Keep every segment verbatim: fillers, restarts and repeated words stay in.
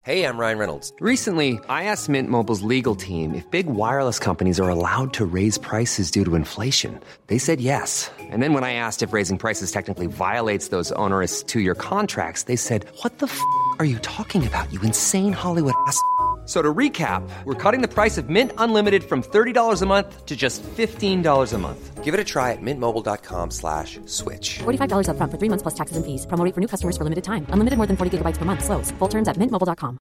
Hey, I'm Ryan Reynolds. Recently, I asked Mint Mobile's legal team if big wireless companies are allowed to raise prices due to inflation. They said yes. And then when I asked if raising prices technically violates those onerous two-year contracts, they said, "What the f*** are you talking about, you insane Hollywood ass?" So to recap, we're cutting the price of Mint Unlimited from thirty dollars a month to just fifteen dollars a month. Give it a try at mintmobile.com slash switch. forty-five dollars up front for three months plus taxes and fees. Promo rate for new customers for limited time. Unlimited more than forty gigabytes per month. Slows full terms at mint mobile dot com.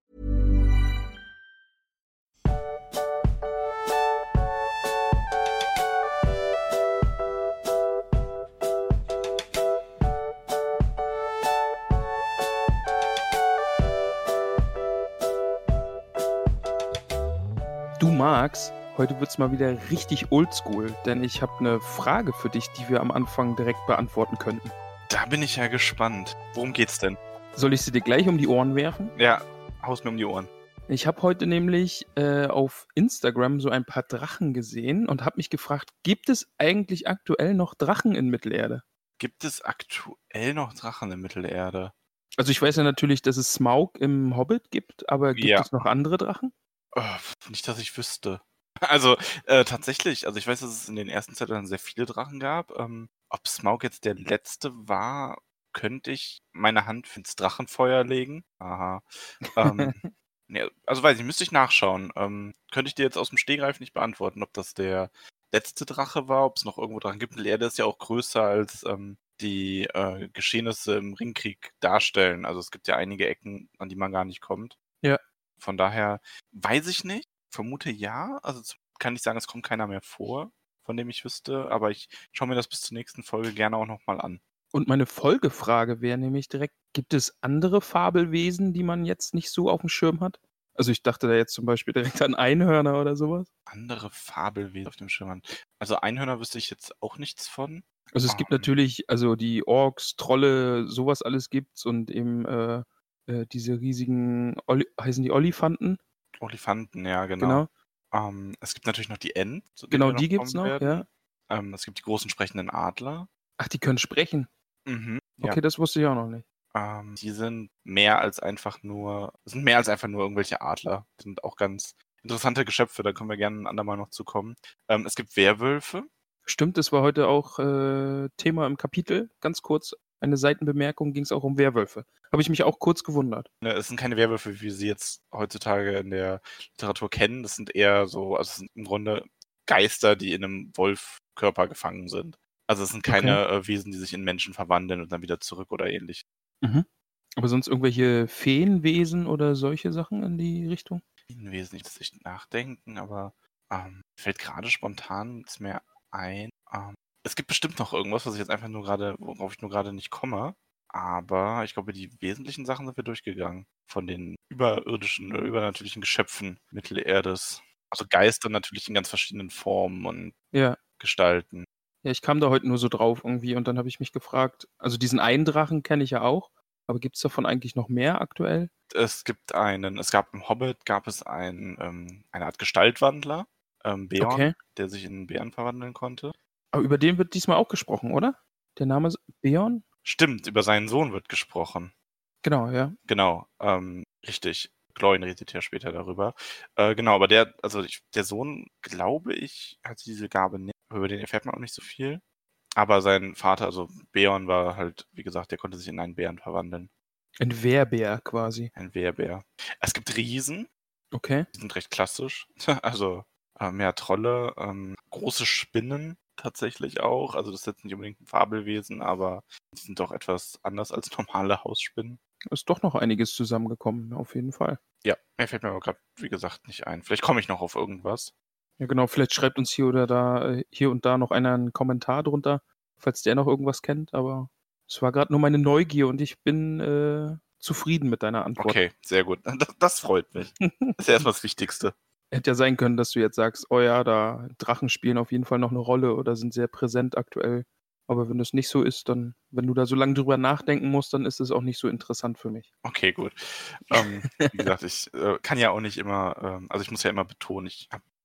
Du Max, heute wird's mal wieder richtig oldschool, denn ich habe eine Frage für dich, die wir am Anfang direkt beantworten könnten. Da bin ich ja gespannt. Worum geht's denn? Soll ich sie dir gleich um die Ohren werfen? Ja, haus mir um die Ohren. Ich habe heute nämlich äh, auf Instagram so ein paar Drachen gesehen und habe mich gefragt, gibt es eigentlich aktuell noch Drachen in Mittelerde? Gibt es aktuell noch Drachen in Mittelerde? Also ich weiß ja natürlich, dass es Smaug im Hobbit gibt, aber gibt Ja. es noch andere Drachen? Oh, nicht, dass ich wüsste. Also, äh, tatsächlich, also ich weiß, dass es in den ersten Zeitaltern sehr viele Drachen gab. Ähm, ob Smaug jetzt der letzte war, könnte ich meine Hand ins Drachenfeuer legen. Aha. Ähm, nee, also weiß ich, müsste ich nachschauen. Ähm, könnte ich dir jetzt aus dem Stegreif nicht beantworten, ob das der letzte Drache war, ob es noch irgendwo Drachen gibt. Mittelerde ist ja auch größer als ähm, die äh, Geschehnisse im Ringkrieg darstellen. Also es gibt ja einige Ecken, an die man gar nicht kommt. Ja. Von daher weiß ich nicht. Vermute ja. Also z- kann ich sagen, es kommt keiner mehr vor, von dem ich wüsste. Aber ich schaue mir das bis zur nächsten Folge gerne auch nochmal an. Und meine Folgefrage wäre nämlich direkt, gibt es andere Fabelwesen, die man jetzt nicht so auf dem Schirm hat? Also ich dachte da jetzt zum Beispiel direkt an Einhörner oder sowas. Andere Fabelwesen auf dem Schirm. Also Einhörner wüsste ich jetzt auch nichts von. Also es gibt Ähm. natürlich, also die Orks, Trolle, sowas alles gibt's und eben äh, äh, diese riesigen, Oli heißen die Olifanten? Olifanten, ja, genau. Genau, Ähm, es gibt natürlich noch die Ent, zu denen genau wir noch die gibt's kommen noch, werden. ja. Ähm, es gibt die großen sprechenden Adler. Ach, die können sprechen. Mhm. Ja. Okay, das wusste ich auch noch nicht. Ähm, die sind mehr als einfach nur, sind mehr als einfach nur irgendwelche Adler. Die sind auch ganz interessante Geschöpfe, da können wir gerne ein andermal noch zu kommen. Ähm, es gibt Werwölfe. Stimmt, das war heute auch äh, Thema im Kapitel. Ganz kurz, eine Seitenbemerkung, ging es auch um Werwölfe. Habe ich mich auch kurz gewundert. Ne, es sind keine Werwölfe, wie wir sie jetzt heutzutage in der Literatur kennen. Das sind eher so, also es sind im Grunde Geister, die in einem Wolfkörper gefangen sind. Also es sind keine äh, Wesen, die sich in Menschen verwandeln und dann wieder zurück oder ähnlich. Mhm. Aber sonst irgendwelche Feenwesen oder solche Sachen in die Richtung? Ein Wesen, ich muss nicht nachdenken, aber ähm, fällt gerade spontan nichts mehr ein. Ähm, es gibt bestimmt noch irgendwas, was ich jetzt einfach nur gerade, worauf ich nur gerade nicht komme. Aber ich glaube, die wesentlichen Sachen sind wir durchgegangen. Von den überirdischen oder übernatürlichen Geschöpfen Mittelerdes. Also Geister natürlich in ganz verschiedenen Formen und Ja. Gestalten. Ja, ich kam da heute nur so drauf irgendwie und dann habe ich mich gefragt, also diesen einen Drachen kenne ich ja auch, aber gibt es davon eigentlich noch mehr aktuell? Es gibt einen, es gab im Hobbit, gab es einen, ähm, eine Art Gestaltwandler, ähm, Beorn, Okay. der sich in einen Bären verwandeln konnte. Aber über den wird diesmal auch gesprochen, oder? Der Name ist Beorn? Stimmt, über seinen Sohn wird gesprochen. Genau, ja. Genau, ähm, richtig. Gloin redet ja später darüber. Äh, genau, aber der, also ich, der Sohn, glaube ich, hat diese Gabe nicht. Über den erfährt man auch nicht so viel. Aber sein Vater, also Beorn, war halt, wie gesagt, der konnte sich in einen Bären verwandeln. Ein Wehrbär quasi. Ein Wehrbär. Es gibt Riesen, Okay. die sind recht klassisch. Also äh, mehr Trolle, ähm, große Spinnen tatsächlich auch. Also das ist jetzt nicht unbedingt ein Fabelwesen, aber die sind doch etwas anders als normale Hausspinnen. Ist doch noch einiges zusammengekommen, auf jeden Fall. Ja, mir fällt mir aber gerade, wie gesagt, nicht ein. Vielleicht komme ich noch auf irgendwas. Ja, genau, vielleicht schreibt uns hier oder da, äh, hier und da noch einer einen Kommentar drunter, falls der noch irgendwas kennt, aber es war gerade nur meine Neugier und ich bin äh, zufrieden mit deiner Antwort. Okay, sehr gut. Das, das freut mich. Das ist ja erstmal das Wichtigste. Hätte ja sein können, dass du jetzt sagst, oh ja, da Drachen spielen auf jeden Fall noch eine Rolle oder sind sehr präsent aktuell. Aber wenn das nicht so ist, dann, wenn du da so lange drüber nachdenken musst, dann ist es auch nicht so interessant für mich. Okay, gut. Ähm, wie gesagt, ich äh, kann ja auch nicht immer, ähm, also ich muss ja immer betonen, ich habe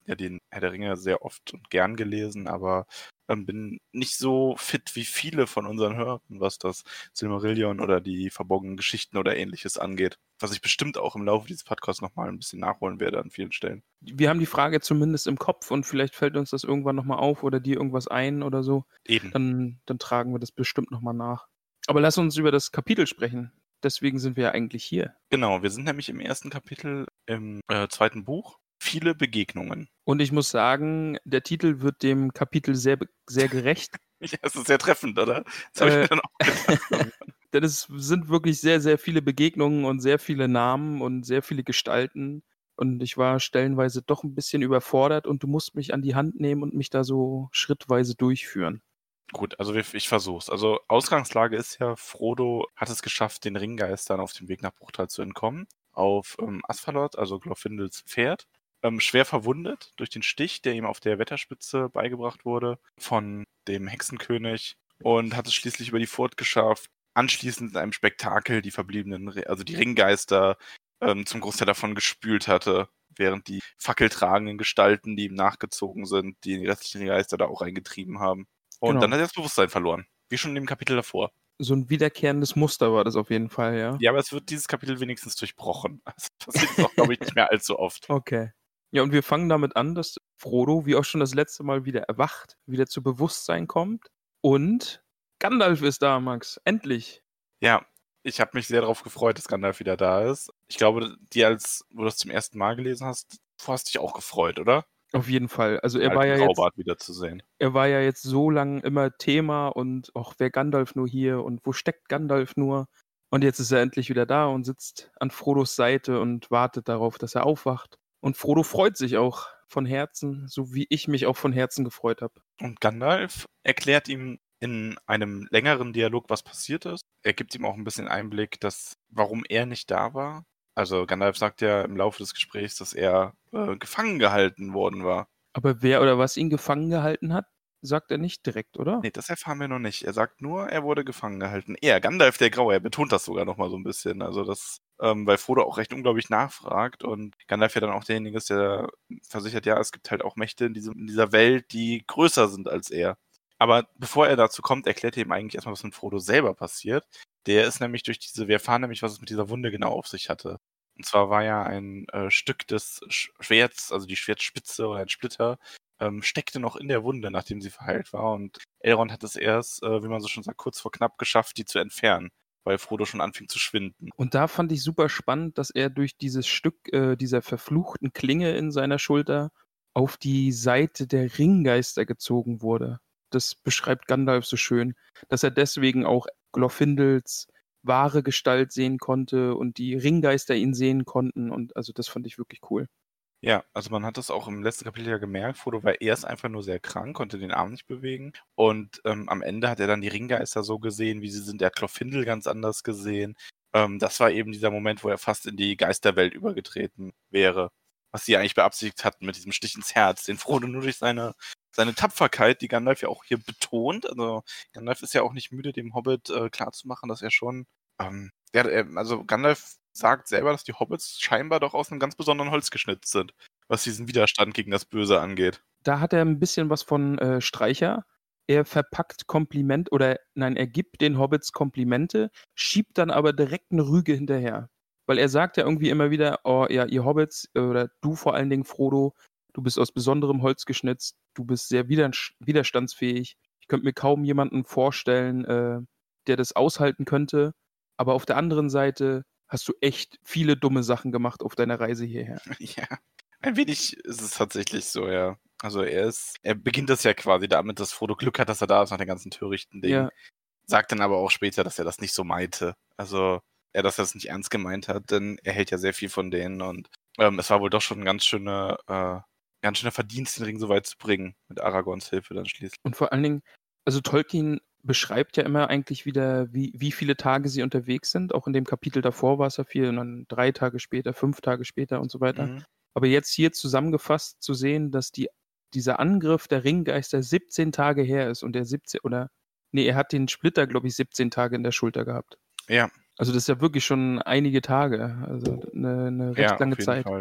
ja den Herr der Ringe sehr oft und gern gelesen, aber ähm, bin nicht so fit wie viele von unseren Hörern, was das Silmarillion oder die verborgenen Geschichten oder ähnliches angeht. Was ich bestimmt auch im Laufe dieses Podcasts nochmal ein bisschen nachholen werde an vielen Stellen. Wir haben die Frage zumindest im Kopf und vielleicht fällt uns das irgendwann nochmal auf oder dir irgendwas ein oder so. Eben. Dann, dann tragen wir das bestimmt nochmal nach. Aber lass uns über das Kapitel sprechen. Deswegen sind wir ja eigentlich hier. Genau, wir sind nämlich im ersten Kapitel im äh, zweiten Buch. Viele Begegnungen. Und ich muss sagen, der Titel wird dem Kapitel sehr, sehr gerecht. Ja, es ist sehr treffend, oder? Das habe ich Äh, mir dann auch gedacht. Denn es sind wirklich sehr, sehr viele Begegnungen und sehr viele Namen und sehr viele Gestalten. Und ich war stellenweise doch ein bisschen überfordert und du musst mich an die Hand nehmen und mich da so schrittweise durchführen. Gut, also wir- ich versuch's. Also Ausgangslage ist ja, Frodo hat es geschafft, den Ringgeistern auf dem Weg nach Bruchtal zu entkommen. Auf ähm, Asphalot, also Glorfindels Pferd. Ähm, schwer verwundet durch den Stich, der ihm auf der Wetterspitze beigebracht wurde von dem Hexenkönig, und hat es schließlich über die Furt geschafft. Anschließend in einem Spektakel die verbliebenen, Ri- also die Ringgeister, ähm, zum Großteil davon gespült hatte, während die fackeltragenden Gestalten, die ihm nachgezogen sind, die restlichen Ringgeister da auch reingetrieben haben. Und Genau. dann hat er das Bewusstsein verloren. Wie schon in dem Kapitel davor. So ein wiederkehrendes Muster war das auf jeden Fall, ja. Ja, aber es wird dieses Kapitel wenigstens durchbrochen. Das passiert auch, glaube ich, nicht mehr allzu oft. Okay. Ja, und wir fangen damit an, dass Frodo, wie auch schon das letzte Mal, wieder erwacht, wieder zu Bewusstsein kommt. Und Gandalf ist da, Max. Endlich. Ja, ich habe mich sehr darauf gefreut, dass Gandalf wieder da ist. Ich glaube, die, als wo du das zum ersten Mal gelesen hast, du hast dich auch gefreut, oder? Auf jeden Fall. Also er Den war alten ja jetzt, Graubart wiederzusehen. er war ja jetzt so lang immer Thema und auch wer Gandalf nur hier und wo steckt Gandalf nur? Und jetzt ist er endlich wieder da und sitzt an Frodos Seite und wartet darauf, dass er aufwacht. Und Frodo freut sich auch von Herzen, so wie ich mich auch von Herzen gefreut habe. Und Gandalf erklärt ihm in einem längeren Dialog, was passiert ist. Er gibt ihm auch ein bisschen Einblick, dass, warum er nicht da war. Also Gandalf sagt ja im Laufe des Gesprächs, dass er äh, gefangen gehalten worden war. Aber wer oder was ihn gefangen gehalten hat, sagt er nicht direkt, oder? Nee, das erfahren wir noch nicht. Er sagt nur, er wurde gefangen gehalten. Er, Gandalf der Graue, er betont das sogar nochmal so ein bisschen. Also das, ähm, weil Frodo auch recht unglaublich nachfragt und Gandalf ja dann auch derjenige ist, der versichert, ja, es gibt halt auch Mächte in, diesem, in dieser Welt, die größer sind als er. Aber bevor er dazu kommt, erklärt er ihm eigentlich erstmal, was mit Frodo selber passiert. Der ist nämlich durch diese, wir erfahren nämlich, was es mit dieser Wunde genau auf sich hatte. Und zwar war ja ein äh, Stück des Schwerts, also die Schwertspitze oder ein Splitter, ähm, steckte noch in der Wunde, nachdem sie verheilt war. Und Elrond hat es erst, äh, wie man so schon sagt, kurz vor knapp geschafft, die zu entfernen, weil Frodo schon anfing zu schwinden. Und da fand ich super spannend, dass er durch dieses Stück äh, dieser verfluchten Klinge in seiner Schulter auf die Seite der Ringgeister gezogen wurde. Das beschreibt Gandalf so schön, dass er deswegen auch Glorfindels wahre Gestalt sehen konnte und die Ringgeister ihn sehen konnten. Und also das fand ich wirklich cool. Ja, also man hat das auch im letzten Kapitel ja gemerkt, Frodo war erst einfach nur sehr krank, konnte den Arm nicht bewegen. Und ähm, am Ende hat er dann die Ringgeister so gesehen, wie sie sind. Er hat Glorfindel ganz anders gesehen. Ähm, das war eben dieser Moment, wo er fast in die Geisterwelt übergetreten wäre. Was sie eigentlich beabsichtigt hatten mit diesem Stich ins Herz, den Frodo nur durch seine, seine Tapferkeit, die Gandalf ja auch hier betont. Also Gandalf ist ja auch nicht müde, dem Hobbit äh, klarzumachen, dass er schon, ähm, ja, er, also Gandalf sagt selber, dass die Hobbits scheinbar doch aus einem ganz besonderen Holz geschnitzt sind, was diesen Widerstand gegen das Böse angeht. Da hat er ein bisschen was von äh, Streicher. Er verpackt Kompliment oder nein, er gibt den Hobbits Komplimente, schiebt dann aber direkt eine Rüge hinterher. Weil er sagt ja irgendwie immer wieder, oh ja, ihr Hobbits, oder du vor allen Dingen, Frodo, du bist aus besonderem Holz geschnitzt, du bist sehr wider- widerstandsfähig. Ich könnte mir kaum jemanden vorstellen, äh, der das aushalten könnte. Aber auf der anderen Seite hast du echt viele dumme Sachen gemacht auf deiner Reise hierher. Ja, ein wenig ist es tatsächlich so, ja. Also er ist, er beginnt das ja quasi damit, dass Frodo Glück hat, dass er da ist nach den ganzen törichten Dingen. Ja. Sagt dann aber auch später, dass er das nicht so meinte. Also er, dass er das nicht ernst gemeint hat, denn er hält ja sehr viel von denen und ähm, es war wohl doch schon ein ganz schöner, äh, ganz schöner Verdienst, den Ring so weit zu bringen, mit Aragorns Hilfe dann schließlich. Und vor allen Dingen, also Tolkien beschreibt ja immer eigentlich wieder, wie, wie viele Tage sie unterwegs sind. Auch in dem Kapitel davor war es ja viel, und dann drei Tage später, fünf Tage später und so weiter. Mhm. Aber jetzt hier zusammengefasst zu sehen, dass die, dieser Angriff der Ringgeister siebzehn Tage her ist und der siebzehn, oder, nee, er hat den Splitter, glaube ich, siebzehn Tage in der Schulter gehabt. Ja. Also das ist ja wirklich schon einige Tage, also eine, eine recht Ja, lange auf jeden Zeit. Fall.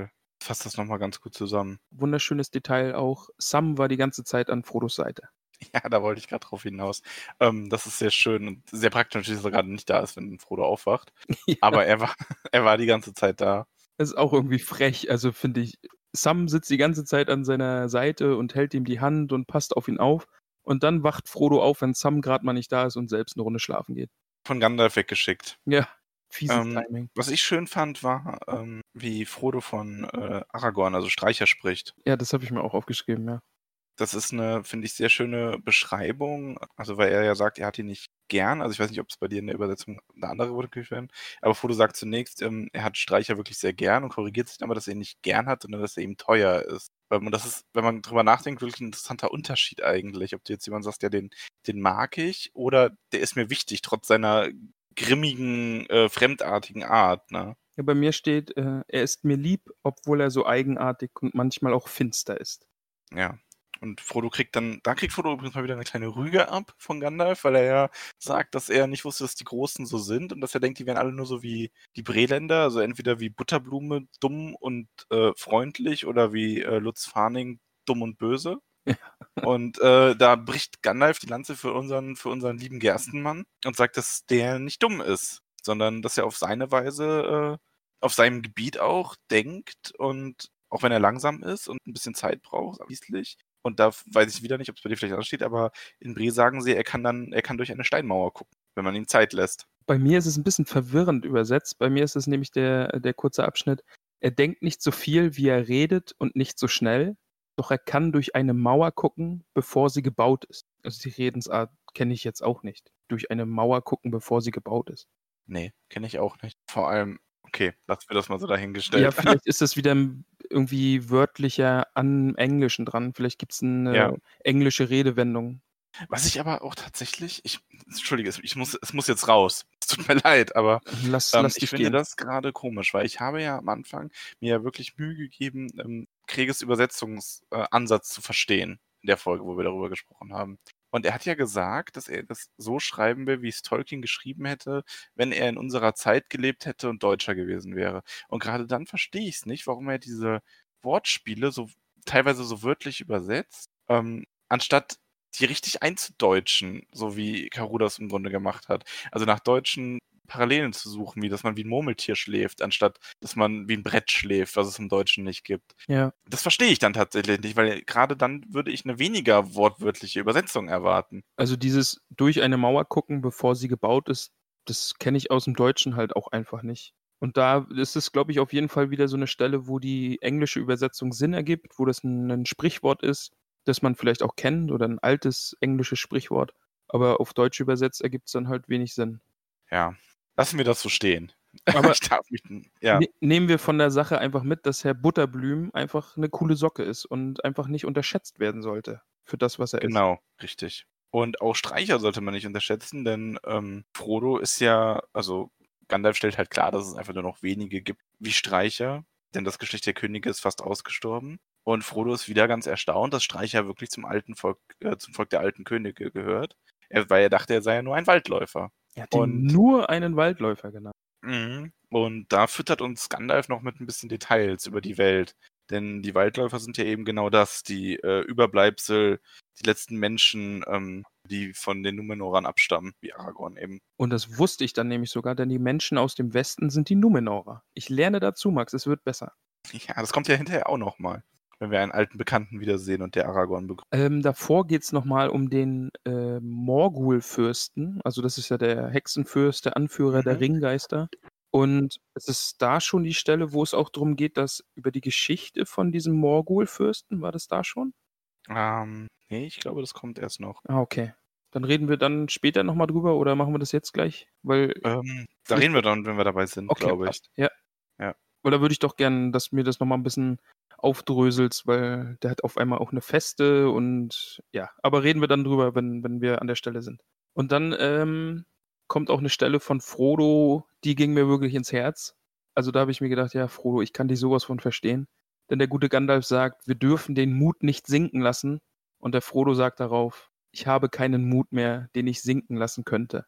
fasst das nochmal ganz gut zusammen. Wunderschönes Detail auch, Sam war die ganze Zeit an Frodos Seite. Ja, da wollte ich gerade drauf hinaus. Ähm, das ist sehr schön und sehr praktisch natürlich, dass er gerade nicht da ist, wenn Frodo aufwacht. Ja. Aber er war, er war die ganze Zeit da. Das ist auch irgendwie frech, also finde ich. Sam sitzt die ganze Zeit an seiner Seite und hält ihm die Hand und passt auf ihn auf. Und dann wacht Frodo auf, wenn Sam gerade mal nicht da ist und selbst eine Runde schlafen geht. Von Gandalf weggeschickt. Ja, fieses Ähm, Timing. was ich schön fand, war, ähm, wie Frodo von äh, Aragorn, also Streicher, spricht. Ja, das habe ich mir auch aufgeschrieben, ja. Das ist eine, finde ich, sehr schöne Beschreibung. Also, weil er ja sagt, er hat ihn nicht gern. Also, ich weiß nicht, ob es bei dir in der Übersetzung eine andere Worte werden. Aber Frodo sagt zunächst, ähm, er hat Streicher wirklich sehr gern und korrigiert sich dann aber, dass er ihn nicht gern hat, sondern dass er ihm teuer ist. Ähm, Und das ist, wenn man drüber nachdenkt, wirklich ein interessanter Unterschied eigentlich. Ob du jetzt jemand sagst, ja, den, den mag ich oder der ist mir wichtig, trotz seiner grimmigen, äh, fremdartigen Art. Ne? Ja, bei mir steht, äh, er ist mir lieb, obwohl er so eigenartig und manchmal auch finster ist. Ja. Und Frodo kriegt dann, da kriegt Frodo übrigens mal wieder eine kleine Rüge ab von Gandalf, weil er ja sagt, dass er nicht wusste, dass die Großen so sind und dass er denkt, die wären alle nur so wie die Breländer, also entweder wie Butterblume dumm und äh, freundlich oder wie äh, Lutz Farning dumm und böse. Ja. Und äh, da bricht Gandalf die Lanze für unseren, für unseren lieben Gerstenmann und sagt, dass der nicht dumm ist, sondern dass er auf seine Weise, äh, auf seinem Gebiet auch denkt und auch wenn er langsam ist und ein bisschen Zeit braucht, schließlich. Und da weiß ich wieder nicht, ob es bei dir vielleicht anders steht, aber in Bre sagen sie, er kann dann, er kann durch eine Steinmauer gucken, wenn man ihm Zeit lässt. Bei mir ist es ein bisschen verwirrend übersetzt. Bei mir ist es nämlich der, der kurze Abschnitt. Er denkt nicht so viel, wie er redet und nicht so schnell, doch er kann durch eine Mauer gucken, bevor sie gebaut ist. Also die Redensart kenne ich jetzt auch nicht. Durch eine Mauer gucken, bevor sie gebaut ist. Nee, kenne ich auch nicht. Vor allem, okay, lassen wir das mal so dahingestellt. Ja, vielleicht ist das wieder irgendwie wörtlicher an Englischen dran. Vielleicht gibt es eine Ja. englische Redewendung. Was ich aber auch tatsächlich, ich, Entschuldige, es- ich muss, es muss jetzt raus. Es tut mir leid, aber Lass, ähm, lass ich dich finde gehen. das gerade komisch, weil ich habe ja am Anfang mir ja wirklich Mühe gegeben, ähm, Kreges Übersetzungsansatz äh, Ansatz zu verstehen in der Folge, wo wir darüber gesprochen haben. Und er hat ja gesagt, dass er das so schreiben will, wie es Tolkien geschrieben hätte, wenn er in unserer Zeit gelebt hätte und Deutscher gewesen wäre. Und gerade dann verstehe ich es nicht, warum er diese Wortspiele so teilweise so wörtlich übersetzt, ähm, anstatt die richtig einzudeutschen, so wie Karu das im Grunde gemacht hat. Also nach deutschen Parallelen zu suchen, wie dass man wie ein Murmeltier schläft, anstatt dass man wie ein Brett schläft, was es im Deutschen nicht gibt. Ja. Das verstehe ich dann tatsächlich nicht, weil gerade dann würde ich eine weniger wortwörtliche Übersetzung erwarten. Also dieses durch eine Mauer gucken, bevor sie gebaut ist, das kenne ich aus dem Deutschen halt auch einfach nicht. Und da ist es, glaube ich, auf jeden Fall wieder so eine Stelle, wo die englische Übersetzung Sinn ergibt, wo das ein, ein Sprichwort ist, das man vielleicht auch kennt oder ein altes englisches Sprichwort. Aber auf Deutsch übersetzt ergibt es dann halt wenig Sinn. Ja, lassen wir das so stehen. Aber ich darf mich, ja, ne, nehmen wir von der Sache einfach mit, dass Herr Butterblüm einfach eine coole Socke ist und einfach nicht unterschätzt werden sollte für das, was er ist. genau, richtig. Und auch Streicher sollte man nicht unterschätzen, denn ähm, Frodo ist ja, also Gandalf stellt halt klar, dass es einfach nur noch wenige gibt wie Streicher, denn das Geschlecht der Könige ist fast ausgestorben. Und Frodo ist wieder ganz erstaunt, dass Streicher wirklich zum alten Volk, äh, zum Volk der alten Könige gehört. Er, weil er dachte, er sei ja nur ein Waldläufer. Er hat ihn Und- nur einen Waldläufer genannt. Mhm. Und da füttert uns Gandalf noch mit ein bisschen Details über die Welt. Denn die Waldläufer sind ja eben genau das, die äh, Überbleibsel, die letzten Menschen, ähm, die von den Numenorern abstammen, wie Aragorn eben. Und das wusste ich dann nämlich sogar, denn die Menschen aus dem Westen sind die Numenorer. Ich lerne dazu, Max, es wird besser. Ja, das kommt ja hinterher auch nochmal, wenn wir einen alten Bekannten wiedersehen und der Aragorn begrüßt. Ähm, davor geht es nochmal um den äh, Morgul-Fürsten. Also das ist ja der Hexenfürst, der Anführer der Mhm. Ringgeister. Und es ist da schon die Stelle, wo es auch darum geht, dass über die Geschichte von diesem Morgul-Fürsten, war das da schon? Ähm, nee, ich glaube, das kommt erst noch. Ah, okay. Dann reden wir dann später nochmal drüber oder machen wir das jetzt gleich? Weil, Ähm, da reden wir dann, wenn wir dabei sind, okay, glaube ich. passt. Ja. Ja. Weil da würde ich doch gerne, dass mir das nochmal ein bisschen aufdröselst, weil der hat auf einmal auch eine Feste und ja, aber reden wir dann drüber, wenn, wenn wir an der Stelle sind. Und dann ähm, kommt auch eine Stelle von Frodo, die ging mir wirklich ins Herz. Also da habe ich mir gedacht, ja, Frodo, ich kann dich sowas von verstehen. Denn der gute Gandalf sagt, wir dürfen den Mut nicht sinken lassen. Und der Frodo sagt darauf, ich habe keinen Mut mehr, den ich sinken lassen könnte.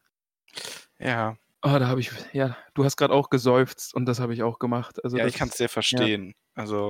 Ja, Oh, da habe ich, ja, du hast gerade auch geseufzt und das habe ich auch gemacht. Also ja, das, ich kann es sehr verstehen. Also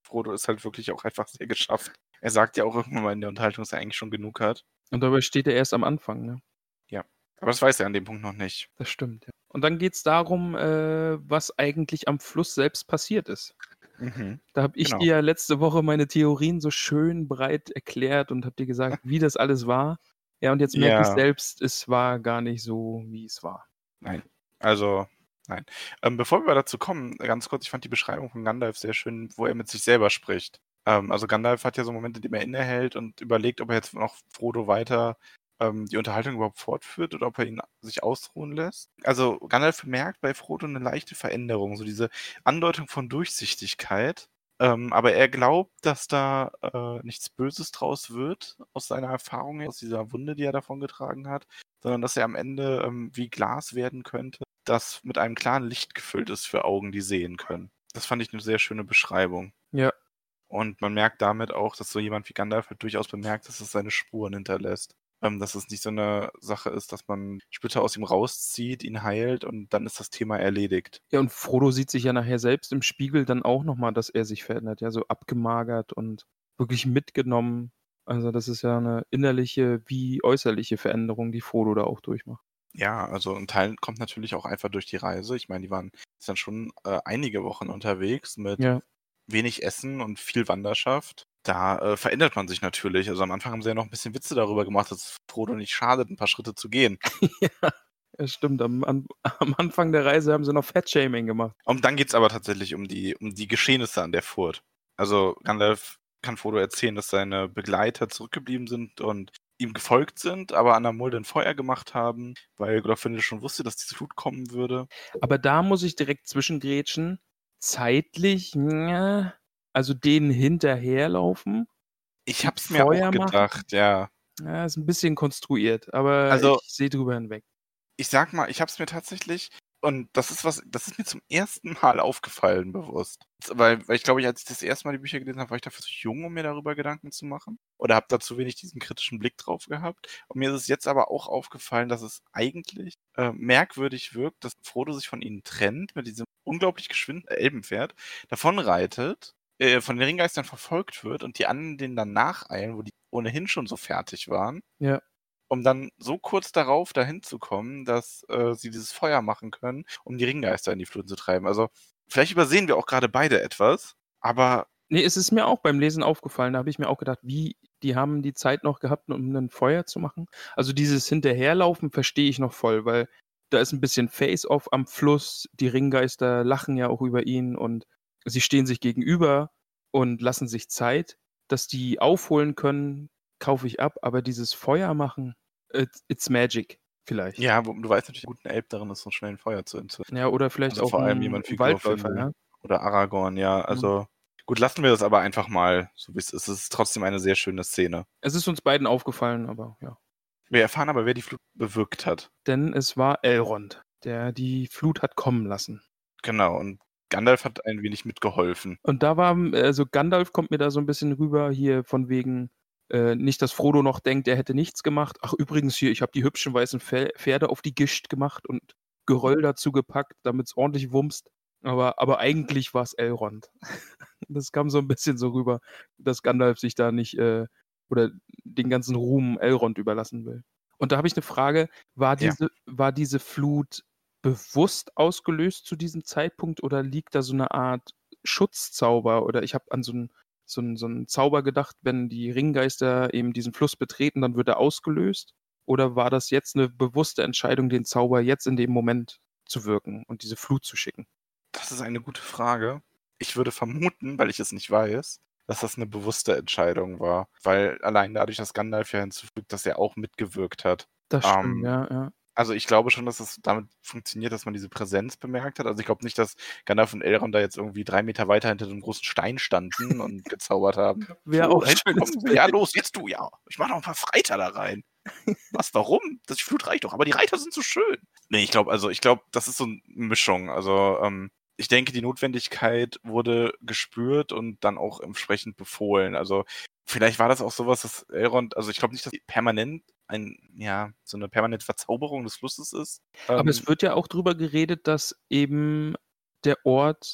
Frodo ist halt wirklich auch einfach sehr geschafft. Er sagt ja auch irgendwann mal in der Unterhaltung, dass er eigentlich schon genug hat. Und dabei steht er erst am Anfang, ne? Ja, aber das weiß er an dem Punkt noch nicht. Das stimmt, ja. Und dann geht's darum, äh, was eigentlich am Fluss selbst passiert ist. Mhm. Da habe ich Genau. dir ja letzte Woche meine Theorien so schön breit erklärt und habe dir gesagt, wie das alles war. Ja, und jetzt merke ich Ja. selbst, es war gar nicht so, wie es war. Nein. Also, nein. Ähm, bevor wir dazu kommen, ganz kurz, ich fand die Beschreibung von Gandalf sehr schön, wo er mit sich selber spricht. Ähm, also Gandalf hat ja so Momente, in denen er innehält und überlegt, ob er jetzt noch Frodo weiter ähm, die Unterhaltung überhaupt fortführt oder ob er ihn sich ausruhen lässt. Also Gandalf bemerkt bei Frodo eine leichte Veränderung, so diese Andeutung von Durchsichtigkeit. Ähm, aber er glaubt, dass da äh, nichts Böses draus wird, aus seiner Erfahrung, her, aus dieser Wunde, die er davongetragen hat, sondern dass er am Ende ähm, wie Glas werden könnte, das mit einem klaren Licht gefüllt ist für Augen, die sehen können. Das fand ich eine sehr schöne Beschreibung. Ja. Und man merkt damit auch, dass so jemand wie Gandalf halt durchaus bemerkt, dass es seine Spuren hinterlässt. Ähm, dass es nicht so eine Sache ist, dass man Splitter aus ihm rauszieht, ihn heilt und dann ist das Thema erledigt. Ja, und Frodo sieht sich ja nachher selbst im Spiegel dann auch nochmal, dass er sich verändert, ja, so abgemagert und wirklich mitgenommen. Also das ist ja eine innerliche wie äußerliche Veränderung, die Frodo da auch durchmacht. Ja, also ein Teil kommt natürlich auch einfach durch die Reise. Ich meine, die waren jetzt dann schon äh, einige Wochen unterwegs mit Ja. wenig Essen und viel Wanderschaft. Da äh, verändert man sich natürlich. Also am Anfang haben sie ja noch ein bisschen Witze darüber gemacht, dass es Frodo nicht schadet, ein paar Schritte zu gehen. Ja, das stimmt. Am, am, am Anfang der Reise haben sie noch Fettshaming gemacht. Und dann geht's aber tatsächlich um die, um die Geschehnisse an der Furt. Also Gandalf kann Frodo erzählen, dass seine Begleiter zurückgeblieben sind und ihm gefolgt sind, aber an der Mulde ein Feuer gemacht haben, weil Glorfindel schon wusste, dass diese Flut kommen würde. Aber da muss ich direkt zwischengrätschen. Zeitlich, ja, also denen hinterherlaufen. Ich Die hab's mir Feuer auch machen? gedacht, ja. Ja, ist ein bisschen konstruiert, aber Also- ich sehe drüber hinweg. Ich sag mal, ich hab's mir tatsächlich, und das ist was, das ist mir zum ersten Mal aufgefallen, bewusst. Weil, weil ich glaube, als ich das erste Mal die Bücher gelesen habe, war ich dafür zu jung, um mir darüber Gedanken zu machen. Oder habe da zu wenig diesen kritischen Blick drauf gehabt. Und mir ist es jetzt aber auch aufgefallen, dass es eigentlich äh, merkwürdig wirkt, dass Frodo sich von ihnen trennt, mit diesem unglaublich geschwinden Elbenpferd, davonreitet, äh, von den Ringgeistern verfolgt wird und die anderen denen dann nacheilen, wo die ohnehin schon so fertig waren. Ja. Um dann so kurz darauf dahin zu kommen, dass äh, sie dieses Feuer machen können, um die Ringgeister in die Fluten zu treiben. Also vielleicht übersehen wir auch gerade beide etwas, aber Nee, es ist mir auch beim Lesen aufgefallen. Da habe ich mir auch gedacht, wie, die haben die Zeit noch gehabt, um ein Feuer zu machen. Also dieses Hinterherlaufen verstehe ich noch voll, weil da ist ein bisschen Face-Off am Fluss. Die Ringgeister lachen ja auch über ihn und sie stehen sich gegenüber und lassen sich Zeit. Dass die aufholen können, kaufe ich ab. Aber dieses Feuer machen, it, it's magic vielleicht. ja, wo- du weißt natürlich, ein guter Elb darin ist, so schnell ein Feuer zu entzünden. Ja, oder vielleicht Also auch vor allem ein, jemand wie ein Waldläufer, Glorfindel ja. oder Aragorn, ja. Also gut, lassen wir das aber einfach mal, so wie es ist. Es ist trotzdem eine sehr schöne Szene. Es ist uns beiden aufgefallen, aber ja. Wir erfahren aber, wer die Flut bewirkt hat. Denn es war Elrond, der die Flut hat kommen lassen. Genau, und Gandalf hat ein wenig mitgeholfen. Und da war, also Gandalf kommt mir da so ein bisschen rüber, hier von wegen, äh, nicht, dass Frodo noch denkt, er hätte nichts gemacht. Ach, übrigens hier, ich habe die hübschen weißen Pfe- Pferde auf die Gischt gemacht und Geröll dazu gepackt, damit es ordentlich wumst. Aber, aber eigentlich war es Elrond. Das kam so ein bisschen so rüber, dass Gandalf sich da nicht, äh, oder den ganzen Ruhm Elrond überlassen will. Und da habe ich eine Frage, war Ja. diese, war diese Flut bewusst ausgelöst zu diesem Zeitpunkt oder liegt da so eine Art Schutzzauber? Oder ich habe an so einen so einen- so einen Zauber gedacht, wenn die Ringgeister eben diesen Fluss betreten, dann wird er ausgelöst? Oder war das jetzt eine bewusste Entscheidung, den Zauber jetzt in dem Moment zu wirken und diese Flut zu schicken? Das ist eine gute Frage. Ich würde vermuten, weil ich es nicht weiß, dass das eine bewusste Entscheidung war. Weil allein dadurch, dass Gandalf ja hinzufügt, dass er auch mitgewirkt hat. Das Ähm, stimmt, ja, ja. Also ich glaube schon, dass es damit funktioniert, dass man diese Präsenz bemerkt hat. Also ich glaube nicht, dass Gandalf und Elrond da jetzt irgendwie drei Meter weiter hinter einem großen Stein standen und gezaubert haben. Wäre So, auch da hinten schönes kommen sie. Ja, los, jetzt du, ja. Ich mache noch ein paar Reiter da rein. Was, warum? Das die Flut reicht doch, aber die Reiter sind so schön. Nee, ich glaube, also ich glaube, das ist so eine Mischung. Also ähm, ich denke, die Notwendigkeit wurde gespürt und dann auch entsprechend befohlen. Also vielleicht war das auch sowas, dass Elrond, also ich glaube nicht, dass permanent ein, ja, so eine permanente Verzauberung des Flusses ist. Aber Ähm, es wird ja auch drüber geredet, dass eben der Ort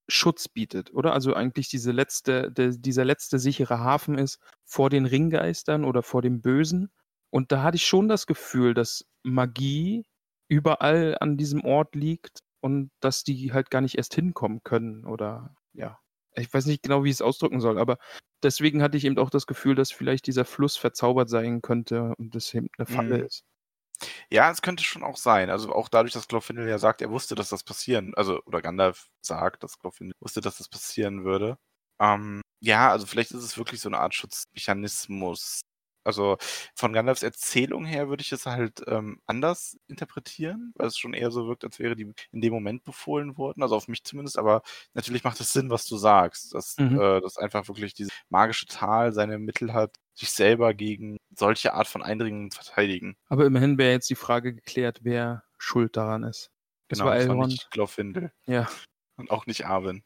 Schutz bietet, oder? Also eigentlich diese letzte, der, dieser letzte sichere Hafen ist vor den Ringgeistern oder vor dem Bösen. Und da hatte ich schon das Gefühl, dass Magie überall an diesem Ort liegt und dass die halt gar nicht erst hinkommen können oder ja. Ich weiß nicht genau, wie ich es ausdrücken soll, aber deswegen hatte ich eben auch das Gefühl, dass vielleicht dieser Fluss verzaubert sein könnte und das eben eine Falle Mhm. ist. Ja, es könnte schon auch sein. Also auch dadurch, dass Glorfindel ja sagt, er wusste, dass das passieren, also oder Gandalf sagt, dass Glorfindel wusste, dass das passieren würde. Ähm, ja, also vielleicht ist es wirklich so eine Art Schutzmechanismus. Also von Gandalfs Erzählung her würde ich es halt ähm, anders interpretieren, weil es schon eher so wirkt, als wäre die in dem Moment befohlen worden, also auf mich zumindest, aber natürlich macht es Sinn, was du sagst, dass, Mhm. äh, dass einfach wirklich dieses magische Tal seine Mittel hat, sich selber gegen solche Art von Eindringlingen zu verteidigen. Aber immerhin wäre jetzt die Frage geklärt, wer schuld daran ist. Das Genau, war das war Elrond. nicht Glorfindel Ja. und auch nicht Arwen.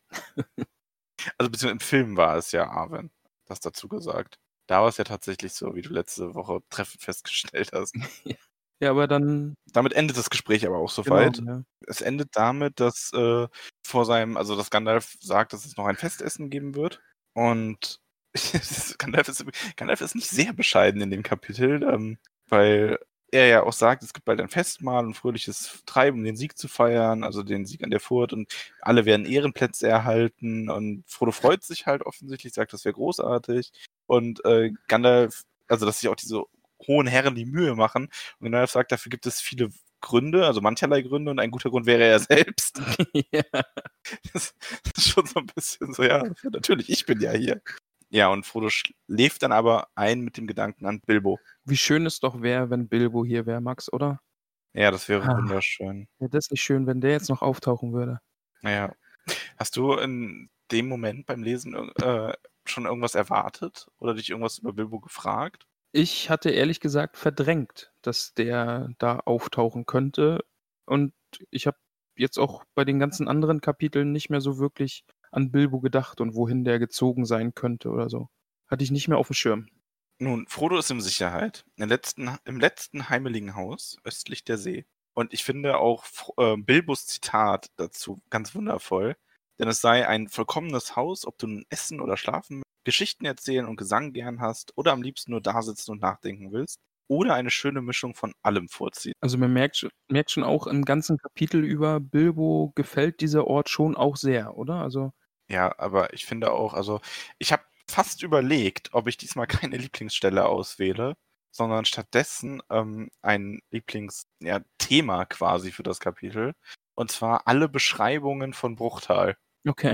Also beziehungsweise im Film war es ja Arwen, das dazu gesagt. Da war es ja tatsächlich so, wie du letzte Woche treffend festgestellt hast. Ja, aber dann, Damit endet das Gespräch aber auch genau, soweit. ja. Es endet damit, dass äh, vor seinem, also dass Gandalf sagt, dass es noch ein Festessen geben wird. Und Gandalf ist, Gandalf ist nicht sehr bescheiden in dem Kapitel, ähm, weil er ja auch sagt, es gibt bald ein Festmahl und fröhliches Treiben, um den Sieg zu feiern, also den Sieg an der Furt, und alle werden Ehrenplätze erhalten und Frodo freut sich halt offensichtlich, sagt, das wäre großartig. Und äh, Gandalf, also dass sich auch diese hohen Herren die Mühe machen, und Gandalf sagt, dafür gibt es viele Gründe, also mancherlei Gründe, und ein guter Grund wäre er selbst. Ja. Das ist schon so ein bisschen so, ja, natürlich, ich bin ja hier. Ja, und Frodo schläft dann aber ein mit dem Gedanken an Bilbo. Wie schön es doch wäre, wenn Bilbo hier wäre, Max, oder? Ja, das wäre Ah. wunderschön. Wäre das nicht schön, wenn der jetzt noch auftauchen würde? Naja. Hast du in dem Moment beim Lesen äh, schon irgendwas erwartet oder dich irgendwas über Bilbo gefragt? Ich hatte ehrlich gesagt verdrängt, dass der da auftauchen könnte. Und ich habe jetzt auch bei den ganzen anderen Kapiteln nicht mehr so wirklich an Bilbo gedacht und wohin der gezogen sein könnte oder so. Hatte ich nicht mehr auf dem Schirm. Nun, Frodo ist in Sicherheit. Im letzten, im letzten heimeligen Haus, östlich der See. Und ich finde auch äh, Bilbos Zitat dazu ganz wundervoll. Denn es sei ein vollkommenes Haus, ob du nun essen oder schlafen, Geschichten erzählen und Gesang gern hast oder am liebsten nur da sitzen und nachdenken willst. Oder eine schöne Mischung von allem vorziehen. Also man merkt, schon- merkt schon auch im ganzen Kapitel über, Bilbo gefällt dieser Ort schon auch sehr, oder? Also Ja, aber ich finde auch, also ich habe fast überlegt, ob ich diesmal keine Lieblingsstelle auswähle, sondern stattdessen ähm, ein Lieblingsthema ja, quasi für das Kapitel. Und zwar alle Beschreibungen von Bruchtal. okay.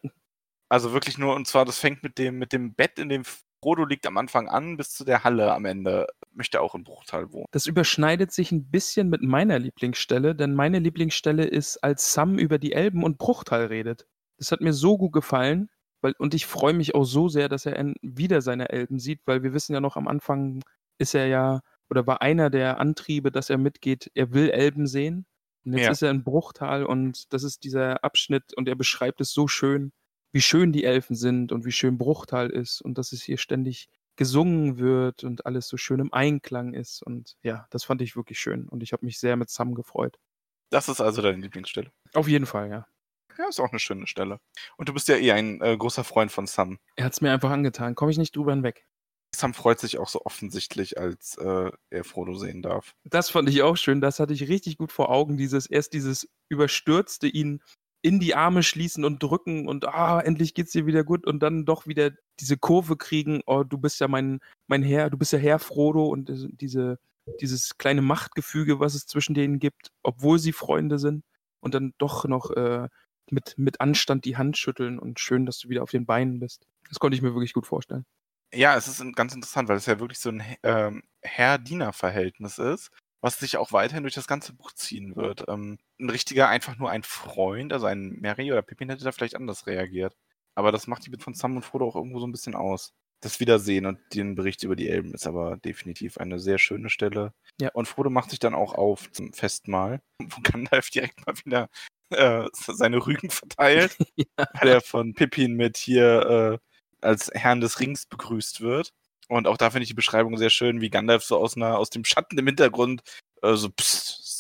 Also wirklich nur, und zwar, das fängt mit dem, mit dem Bett, in dem Frodo liegt am Anfang an, bis zu der Halle am Ende. Möchte auch in Bruchtal wohnen. Das überschneidet sich ein bisschen mit meiner Lieblingsstelle, denn meine Lieblingsstelle ist, als Sam über die Elben und Bruchtal redet. Das hat mir so gut gefallen, weil, und ich freue mich auch so sehr, dass er en- wieder seine Elben sieht, weil wir wissen ja noch, am Anfang ist er ja, oder war einer der Antriebe, dass er mitgeht, er will Elben sehen. Und jetzt Ja. ist er in Bruchtal und das ist dieser Abschnitt und er beschreibt es so schön, wie schön die Elfen sind und wie schön Bruchtal ist und dass es hier ständig gesungen wird und alles so schön im Einklang ist. Und ja, das fand ich wirklich schön. Und ich habe mich sehr mit Sam gefreut. Das ist also deine Lieblingsstelle. Auf jeden Fall, ja. Ja, ist auch eine schöne Stelle. Und du bist ja eh ein äh, großer Freund von Sam. Er hat es mir einfach angetan. Komme ich nicht drüber hinweg. Sam freut sich auch so offensichtlich, als äh, er Frodo sehen darf. Das fand ich auch schön. Das hatte ich richtig gut vor Augen. Dieses, erst dieses überstürzte, ihn in die Arme schließen und drücken und ah, endlich geht's dir wieder gut und dann doch wieder diese Kurve kriegen, oh, du bist ja mein, mein Herr, du bist ja Herr Frodo und diese, dieses kleine Machtgefüge, was es zwischen denen gibt, obwohl sie Freunde sind und dann doch noch äh, mit, mit Anstand die Hand schütteln und schön, dass du wieder auf den Beinen bist. Das konnte ich mir wirklich gut vorstellen. Ja, es ist ganz interessant, weil es ja wirklich so ein ähm, Herr-Diener-Verhältnis ist, was sich auch weiterhin durch das ganze Buch ziehen wird. Ähm, ein richtiger, einfach nur ein Freund, also ein Merry oder Pippin hätte da vielleicht anders reagiert. Aber das macht die Bit von Sam und Frodo auch irgendwo so ein bisschen aus. Das Wiedersehen und den Bericht über die Elben ist aber definitiv eine sehr schöne Stelle. Ja. Und Frodo macht sich dann auch auf zum Festmahl, wo Gandalf direkt mal wieder äh, seine Rügen verteilt, Ja. weil er von Pippin mit hier äh, als Herrn des Rings begrüßt wird. Und auch da finde ich die Beschreibung sehr schön, wie Gandalf so aus, einer, aus dem Schatten im Hintergrund äh, so psst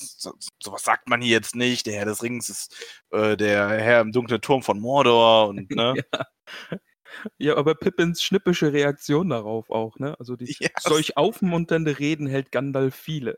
so, sowas sagt man hier jetzt nicht. Der Herr des Rings ist äh, der Herr im dunklen Turm von Mordor und ne? Ja. Ja, aber Pippins schnippische Reaktion darauf auch, ne? Also die Ja, solch aufmunternde Reden hält Gandalf viele.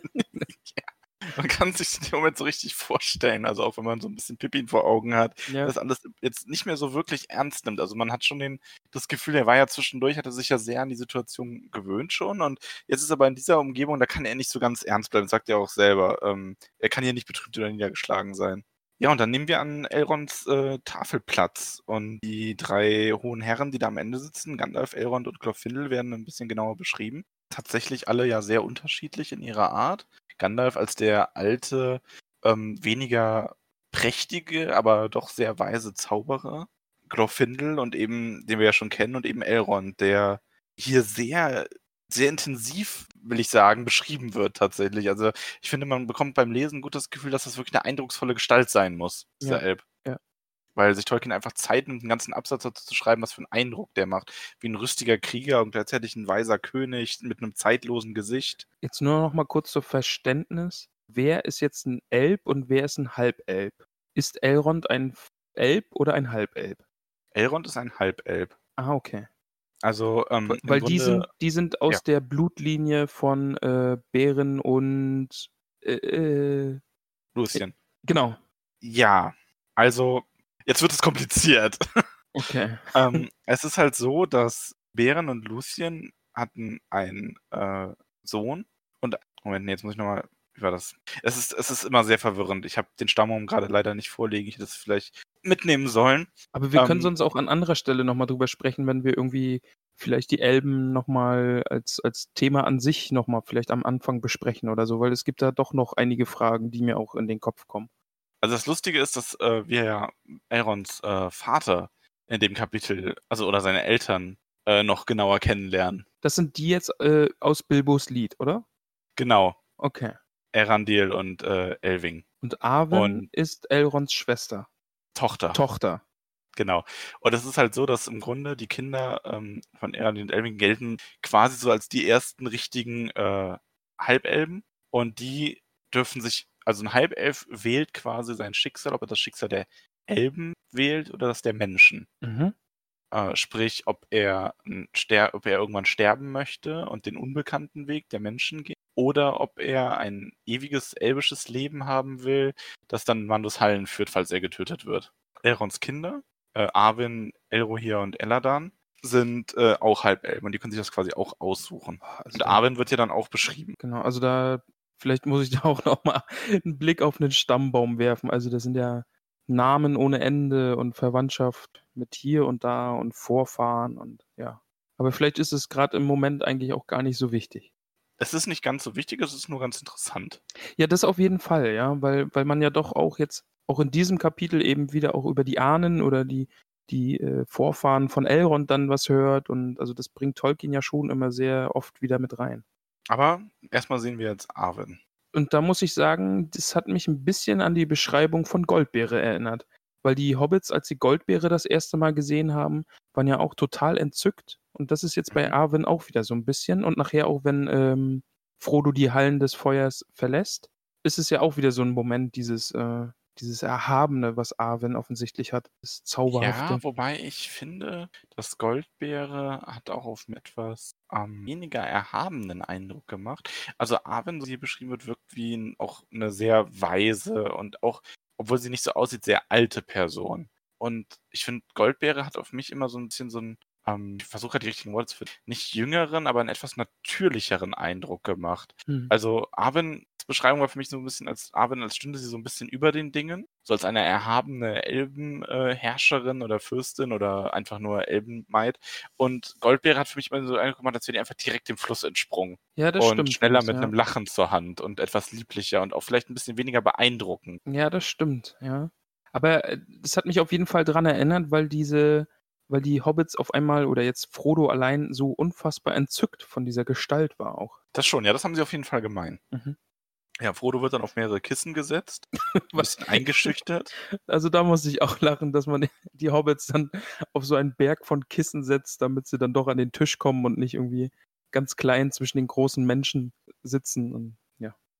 man kann sich den Moment so richtig vorstellen, also auch wenn man so ein bisschen Pippin vor Augen hat, Ja. das alles jetzt nicht mehr so wirklich ernst nimmt. Also man hat schon den, das Gefühl, er war ja zwischendurch, hatte sich ja sehr an die Situation gewöhnt schon und jetzt ist aber in dieser Umgebung, da kann er nicht so ganz ernst bleiben, sagt er auch selber. Ähm, er kann hier nicht betrübt oder niedergeschlagen sein. Ja, und dann nehmen wir an Elronds äh, Tafel Platz und die drei hohen Herren, die da am Ende sitzen, Gandalf, Elrond und Glorfindel, werden ein bisschen genauer beschrieben. Tatsächlich alle ja sehr unterschiedlich in ihrer Art. Gandalf als der alte, ähm, weniger prächtige, aber doch sehr weise Zauberer. Glorfindel und eben, den wir ja schon kennen, und eben Elrond, der hier sehr, sehr intensiv, will ich sagen, beschrieben wird tatsächlich. Also ich finde, man bekommt beim Lesen gut das Gefühl, dass das wirklich eine eindrucksvolle Gestalt sein muss, dieser Ja, Elb. ja. Weil sich Tolkien einfach Zeit nimmt, einen ganzen Absatz dazu zu schreiben, was für einen Eindruck der macht. Wie ein rüstiger Krieger und gleichzeitig ein weiser König mit einem zeitlosen Gesicht. Jetzt nur noch mal kurz zur Verständnis. Wer ist jetzt ein Elb und wer ist ein Halbelb? Ist Elrond ein Elb oder ein Halbelb? Elrond ist ein Halbelb. Ah, okay. Also ähm, Weil im weil die sind, Grunde, die sind aus ja, der Blutlinie von äh, Beren und äh, äh, Lucien. genau. Ja, also jetzt wird es kompliziert. Okay. ähm, es ist halt so, dass Beren und Lucien hatten einen äh, Sohn und Moment, nee, jetzt muss ich nochmal, wie war das? Es ist, es ist immer sehr verwirrend. Ich habe den Stammbaum gerade leider nicht vorliegen. Ich hätte das vielleicht mitnehmen sollen. Aber wir können Ähm, sonst auch an anderer Stelle nochmal drüber sprechen, wenn wir irgendwie vielleicht die Elben nochmal als, als Thema an sich nochmal vielleicht am Anfang besprechen oder so, weil es gibt da doch noch einige Fragen, die mir auch in den Kopf kommen. Also das Lustige ist, dass äh, wir ja Elronds äh, Vater in dem Kapitel, also oder seine Eltern, äh, noch genauer kennenlernen. Das sind die jetzt äh, aus Bilbos Lied, oder? Genau, Okay. Erandil und äh, Elving. Und Arwen Und ist Elronds Schwester, Tochter. Tochter. Genau. Und es ist halt so, dass im Grunde die Kinder ähm, von Erandil und Elving gelten quasi so als die ersten richtigen äh, Halbelben. Und die dürfen sich, also ein Halbelf wählt quasi sein Schicksal, ob er das Schicksal der Elben wählt oder das der Menschen. Mhm. Äh, sprich, ob er, ein ster ob er irgendwann sterben möchte und den unbekannten Weg der Menschen geht, oder ob er ein ewiges elbisches Leben haben will, das dann Mandus Hallen führt, falls er getötet wird. Elrons Kinder, äh, Arwen, Elrohir und Eladan, sind äh, auch Halbelben und die können sich das quasi auch aussuchen. Also Und da, Arwen wird ja dann auch beschrieben. genau, also da, vielleicht muss ich da auch nochmal einen Blick auf einen Stammbaum werfen. Also das sind ja Namen ohne Ende und Verwandtschaft mit hier und da und Vorfahren und ja. Aber vielleicht ist es gerade im Moment eigentlich auch gar nicht so wichtig. Es ist nicht ganz so wichtig, es ist nur ganz interessant. Ja, das auf jeden Fall, ja, weil, weil man ja doch auch jetzt, auch in diesem Kapitel eben wieder auch über die Ahnen oder die, die äh, Vorfahren von Elrond dann was hört und also das bringt Tolkien ja schon immer sehr oft wieder mit rein. Aber erstmal sehen wir jetzt Arwen. Und da muss ich sagen, das hat mich ein bisschen an die Beschreibung von Goldbeere erinnert. Weil die Hobbits, als sie Goldbeere das erste Mal gesehen haben, waren ja auch total entzückt. Und das ist jetzt bei Mhm. Arwen auch wieder so ein bisschen. Und nachher auch, wenn ähm, Frodo die Hallen des Feuers verlässt, ist es ja auch wieder so ein Moment, dieses, äh, dieses Erhabene, was Arwen offensichtlich hat. Das Zauberhafte. Ja, wobei ich finde, das Goldbeere hat auch auf einen etwas ähm, weniger erhabenen Eindruck gemacht. Also Arwen, so wie sie beschrieben wird, wirkt wie ein, auch eine sehr weise und auch, obwohl sie nicht so aussieht, sehr alte Person. Und ich finde, Goldbeere hat auf mich immer so ein bisschen so ein, ähm, ich versuche halt die richtigen Worte zu finden, nicht jüngeren, aber einen etwas natürlicheren Eindruck gemacht. Hm. Also Arwens Beschreibung war für mich so ein bisschen, als Arwen, als stünde sie so ein bisschen über den Dingen, so als eine erhabene Elbenherrscherin äh, oder Fürstin oder einfach nur Elbenmaid. Und Goldbeere hat für mich immer so einen Eindruck gemacht, als wäre die einfach direkt dem Fluss entsprungen. Ja, das Und stimmt. schneller was, mit ja. einem Lachen zur Hand und etwas lieblicher und auch vielleicht ein bisschen weniger beeindruckend. Ja, das stimmt, ja. Aber äh, das hat mich auf jeden Fall dran erinnert, weil diese, weil die Hobbits auf einmal oder jetzt Frodo allein so unfassbar entzückt von dieser Gestalt war auch. Das schon, ja, das haben sie auf jeden Fall gemein. Mhm. Ja, Frodo wird dann auf mehrere Kissen gesetzt, ein Was- bisschen eingeschüchtert. Also da muss ich auch lachen, dass man die Hobbits dann auf so einen Berg von Kissen setzt, damit sie dann doch an den Tisch kommen und nicht irgendwie ganz klein zwischen den großen Menschen sitzen. Und ja.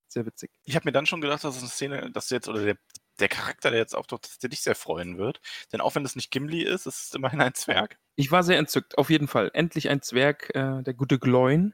sehr witzig. Ich habe mir dann schon gedacht, dass es eine Szene, dass jetzt, oder der, der Charakter, der jetzt auftaucht, dass der dich sehr freuen wird. Denn auch wenn es nicht Gimli ist, ist es immerhin ein Zwerg. Ich war sehr entzückt, auf jeden Fall. Endlich ein Zwerg, äh, der gute Gloin.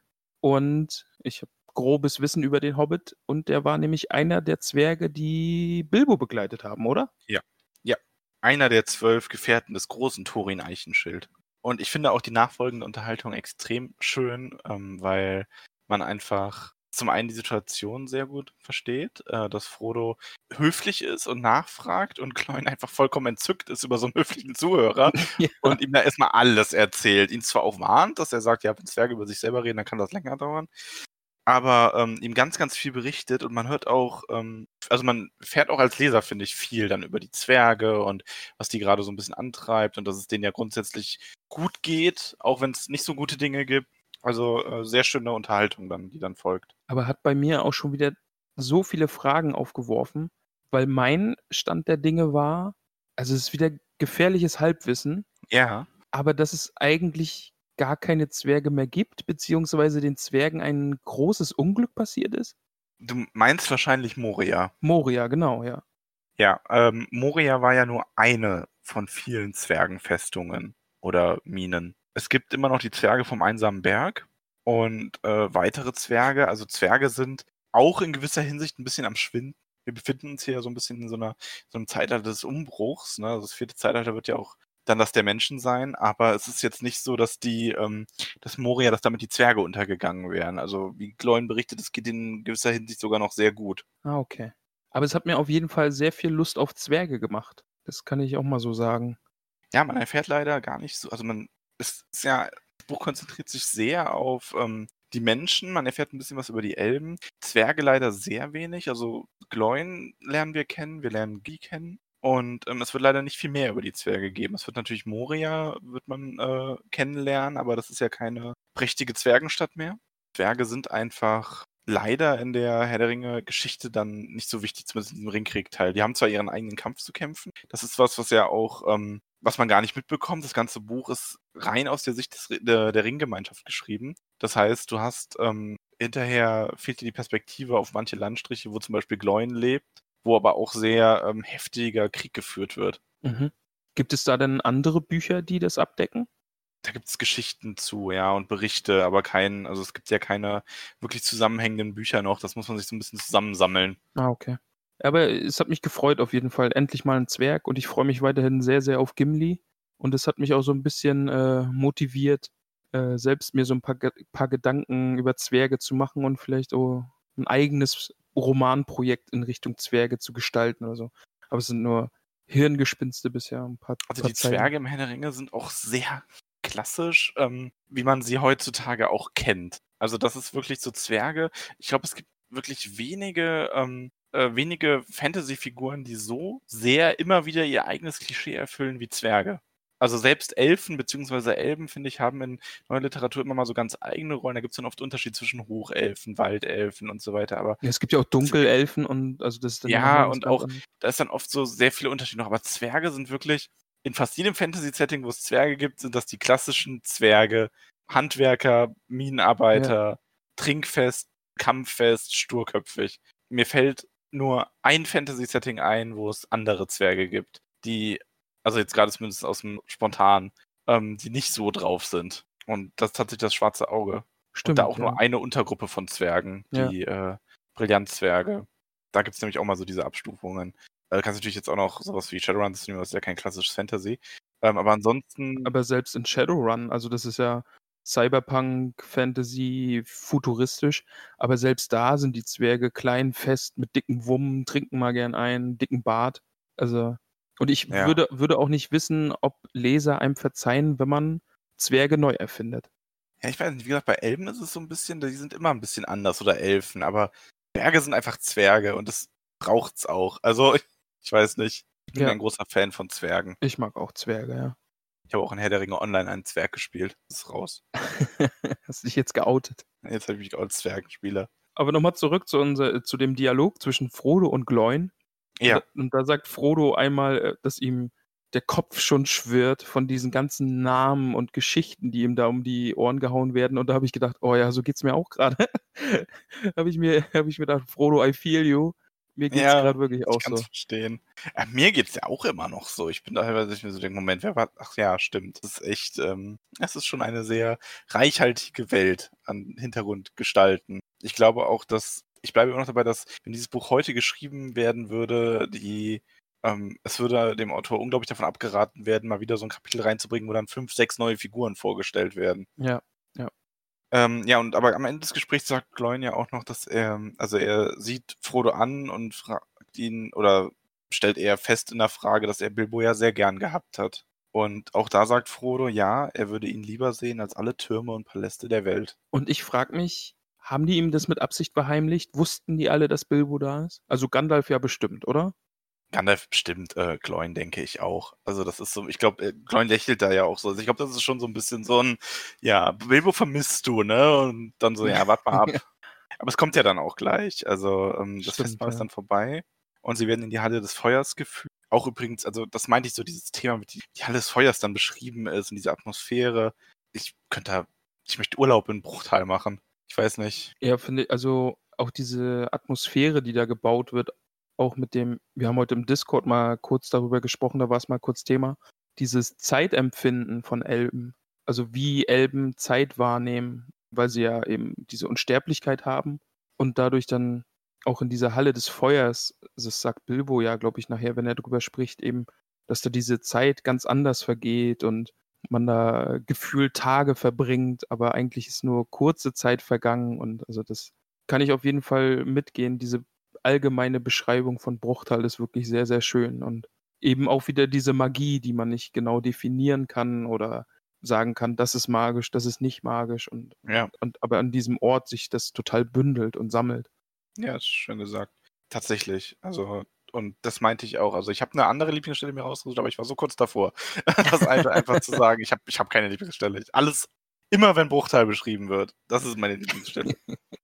Und ich habe grobes Wissen über den Hobbit. Und der war nämlich einer der Zwerge, die Bilbo begleitet haben, oder? Ja. Ja. Einer der zwölf Gefährten des großen Thorin Eichenschild. Und ich finde auch die nachfolgende Unterhaltung extrem schön, ähm, weil man einfach zum einen die Situation sehr gut versteht, äh, dass Frodo höflich ist und nachfragt und Gloin einfach vollkommen entzückt ist über so einen höflichen Zuhörer Ja. und ihm da erstmal alles erzählt. Ihn zwar auch warnt, dass er sagt, ja, wenn Zwerge über sich selber reden, dann kann das länger dauern. Aber ähm, ihm ganz, ganz viel berichtet und man hört auch, ähm, also man fährt auch als Leser, finde ich, viel dann über die Zwerge und was die gerade so ein bisschen antreibt und dass es denen ja grundsätzlich gut geht, auch wenn es nicht so gute Dinge gibt. Also äh, sehr schöne Unterhaltung dann, die dann folgt. Aber hat bei mir auch schon wieder so viele Fragen aufgeworfen, weil mein Stand der Dinge war, also es ist wieder gefährliches Halbwissen, Ja. aber dass es eigentlich gar keine Zwerge mehr gibt, beziehungsweise den Zwergen ein großes Unglück passiert ist? Du meinst wahrscheinlich Moria. Moria, genau, ja. Ja, ähm, Moria war ja nur eine von vielen Zwergenfestungen oder Minen. Es gibt immer noch die Zwerge vom einsamen Berg und äh, weitere Zwerge. Also Zwerge sind auch in gewisser Hinsicht ein bisschen am Schwinden. Wir befinden uns hier ja so ein bisschen in so, einer, so einem Zeitalter des Umbruchs. Ne? Also das vierte Zeitalter wird ja auch dann das der Menschen sein, aber es ist jetzt nicht so, dass die, ähm, dass Moria, dass damit die Zwerge untergegangen wären. Also wie Gloin berichtet, es geht in gewisser Hinsicht sogar noch sehr gut. Ah, okay. Aber es hat mir auf jeden Fall sehr viel Lust auf Zwerge gemacht. Das kann ich auch mal so sagen. Ja, man erfährt leider gar nicht so, also man, es ist ja, das Buch konzentriert sich sehr auf ähm, die Menschen, man erfährt ein bisschen was über die Elben, Zwerge leider sehr wenig, also Gloin lernen wir kennen, wir lernen Gli kennen und ähm, es wird leider nicht viel mehr über die Zwerge geben. Es wird natürlich Moria, wird man äh, kennenlernen, aber das ist ja keine prächtige Zwergenstadt mehr. Zwerge sind einfach leider in der Herr der Ringe-Geschichte dann nicht so wichtig, zumindest in diesem Ringkrieg-Teil. Die haben zwar ihren eigenen Kampf zu kämpfen, das ist was, was ja auch, ähm, was man gar nicht mitbekommt. Das ganze Buch ist rein aus der Sicht des, der, der Ringgemeinschaft geschrieben. Das heißt, du hast ähm, hinterher fehlt dir die Perspektive auf manche Landstriche, wo zum Beispiel Gloin lebt, wo aber auch sehr ähm, heftiger Krieg geführt wird. Mhm. Gibt es da denn andere Bücher, die das abdecken? Da gibt es Geschichten zu, ja, und Berichte, aber kein, also es gibt ja keine wirklich zusammenhängenden Bücher noch. Das muss man sich so ein bisschen zusammensammeln. Ah, okay. Aber es hat mich gefreut auf jeden Fall. Endlich mal ein Zwerg und ich freue mich weiterhin sehr, sehr auf Gimli. Und es hat mich auch so ein bisschen äh, motiviert, äh, selbst mir so ein paar, Ge- paar Gedanken über Zwerge zu machen und vielleicht auch ein eigenes Romanprojekt in Richtung Zwerge zu gestalten oder so. Aber es sind nur Hirngespinste bisher. Ein paar, Also paar die Zeilen. Zwerge im Herr der Ringe sind auch sehr klassisch, ähm, wie man sie heutzutage auch kennt. Also das ist wirklich so Zwerge. Ich glaube, es gibt wirklich wenige, ähm, äh, wenige Fantasy-Figuren, die so sehr immer wieder ihr eigenes Klischee erfüllen wie Zwerge. Also selbst Elfen bzw. Elben, finde ich, haben in neuer Literatur immer mal so ganz eigene Rollen. Da gibt es dann oft Unterschied zwischen Hochelfen, Waldelfen und so weiter. Aber Ja, es gibt ja auch Dunkelelfen und also das ist dann ja, nochmal was und ganz auch, anderes. da ist dann oft so sehr viele Unterschiede noch. Aber Zwerge sind wirklich, in fast jedem Fantasy-Setting, wo es Zwerge gibt, sind das die klassischen Zwerge. Handwerker, Minenarbeiter, trinkfest, kampffest, sturköpfig. Mir fällt nur ein Fantasy-Setting ein, wo es andere Zwerge gibt, die, also jetzt gerade zumindest aus dem Spontan, ähm, die nicht so drauf sind. Und das ist tatsächlich das schwarze Auge. Stimmt. Und da auch ja. nur eine Untergruppe von Zwergen, Ja. die äh, Brillanzzwerge. Da gibt es nämlich auch mal so diese Abstufungen. Äh, kannst natürlich jetzt auch noch sowas wie Shadowrun, das ist ja kein klassisches Fantasy. Ähm, aber ansonsten. Aber selbst in Shadowrun, also das ist ja Cyberpunk, Fantasy, futuristisch, aber selbst da sind die Zwerge klein, fest, mit dicken Wummen, trinken mal gern ein, dicken Bart. Also, und ich Ja. würde, würde auch nicht wissen, ob Leser einem verzeihen, wenn man Zwerge neu erfindet. Ja, ich weiß nicht, wie gesagt, bei Elben ist es so ein bisschen, die sind immer ein bisschen anders oder Elfen, aber Zwerge sind einfach Zwerge und das braucht's auch. Also, ich, ich weiß nicht. Ich bin Ja. ein großer Fan von Zwergen. Ich mag auch Zwerge, ja. Ich habe auch in Herr der Ringe Online einen Zwerg gespielt. Das ist raus. Hast dich jetzt geoutet. Jetzt habe ich mich als Zwergenspieler. Aber nochmal zurück zu, unser, zu dem Dialog zwischen Frodo und Gloin. Ja. Und, und da sagt Frodo einmal, äh, dass ihm der Kopf schon schwirrt von diesen ganzen Namen und Geschichten, die ihm da um die Ohren gehauen werden. Und da habe ich gedacht, oh ja, so geht's mir auch gerade. habe ich mir, habe ich mir gedacht, Frodo, I feel you. Mir geht's Ja, gerade wirklich ich auch kann es so. verstehen. Ja, mir geht's ja auch immer noch so. Ich bin teilweise ich mir so denke, Moment, wer war. Ach ja, stimmt. Das ist echt, ähm, es ist schon eine sehr reichhaltige Welt an Hintergrundgestalten. Ich glaube auch, dass, ich bleibe immer noch dabei, dass, wenn dieses Buch heute geschrieben werden würde, die, ähm, es würde dem Autor unglaublich davon abgeraten werden, mal wieder so ein Kapitel reinzubringen, wo dann fünf, sechs neue Figuren vorgestellt werden. Ja, ja. Ähm, ja, und aber am Ende des Gesprächs sagt Gloin ja auch noch, dass er, also er sieht Frodo an und fragt ihn oder stellt eher fest in der Frage, dass er Bilbo ja sehr gern gehabt hat. Und auch da sagt Frodo, ja, er würde ihn lieber sehen als alle Türme und Paläste der Welt. Und ich frage mich, haben die ihm das mit Absicht verheimlicht? Wussten die alle, dass Bilbo da ist? Also Gandalf ja bestimmt, oder? Gandalf bestimmt, äh, Gloin denke ich auch. Also das ist so, ich glaube, äh, Gloin lächelt da ja auch so. Also ich glaube, das ist schon so ein bisschen so ein, ja, Bilbo vermisst du, ne? Und dann so, ja, warte mal ab. Aber es kommt ja dann auch gleich. Also ähm, das Stimmt, Festmahl ist ja. dann vorbei und sie werden in die Halle des Feuers geführt. Auch übrigens, also das meinte ich so, dieses Thema, mit die, die Halle des Feuers dann beschrieben ist und diese Atmosphäre. Ich könnte da, ich möchte Urlaub in Bruchtal machen. Ich weiß nicht. Ja, finde ich, also auch diese Atmosphäre, die da gebaut wird, auch mit dem, wir haben heute im Discord mal kurz darüber gesprochen, da war es mal kurz Thema, dieses Zeitempfinden von Elben, also wie Elben Zeit wahrnehmen, weil sie ja eben diese Unsterblichkeit haben und dadurch dann auch in dieser Halle des Feuers, das sagt Bilbo ja, glaube ich, nachher, wenn er darüber spricht, eben, dass da diese Zeit ganz anders vergeht und man da gefühlt Tage verbringt, aber eigentlich ist nur kurze Zeit vergangen und also das kann ich auf jeden Fall mitgehen. Diese allgemeine Beschreibung von Bruchtal ist wirklich sehr, sehr schön und eben auch wieder diese Magie, die man nicht genau definieren kann oder sagen kann, das ist magisch, das ist nicht magisch und, Ja, und aber an diesem Ort sich das total bündelt und sammelt. ja, ist schön gesagt. Tatsächlich. Also, und das meinte ich auch. Also ich habe eine andere Lieblingsstelle mir rausgesucht, aber ich war so kurz davor, das einfach, einfach zu sagen, ich habe ich hab keine Lieblingsstelle. Ich, alles, immer wenn Bruchtal beschrieben wird, das ist meine Lieblingsstelle.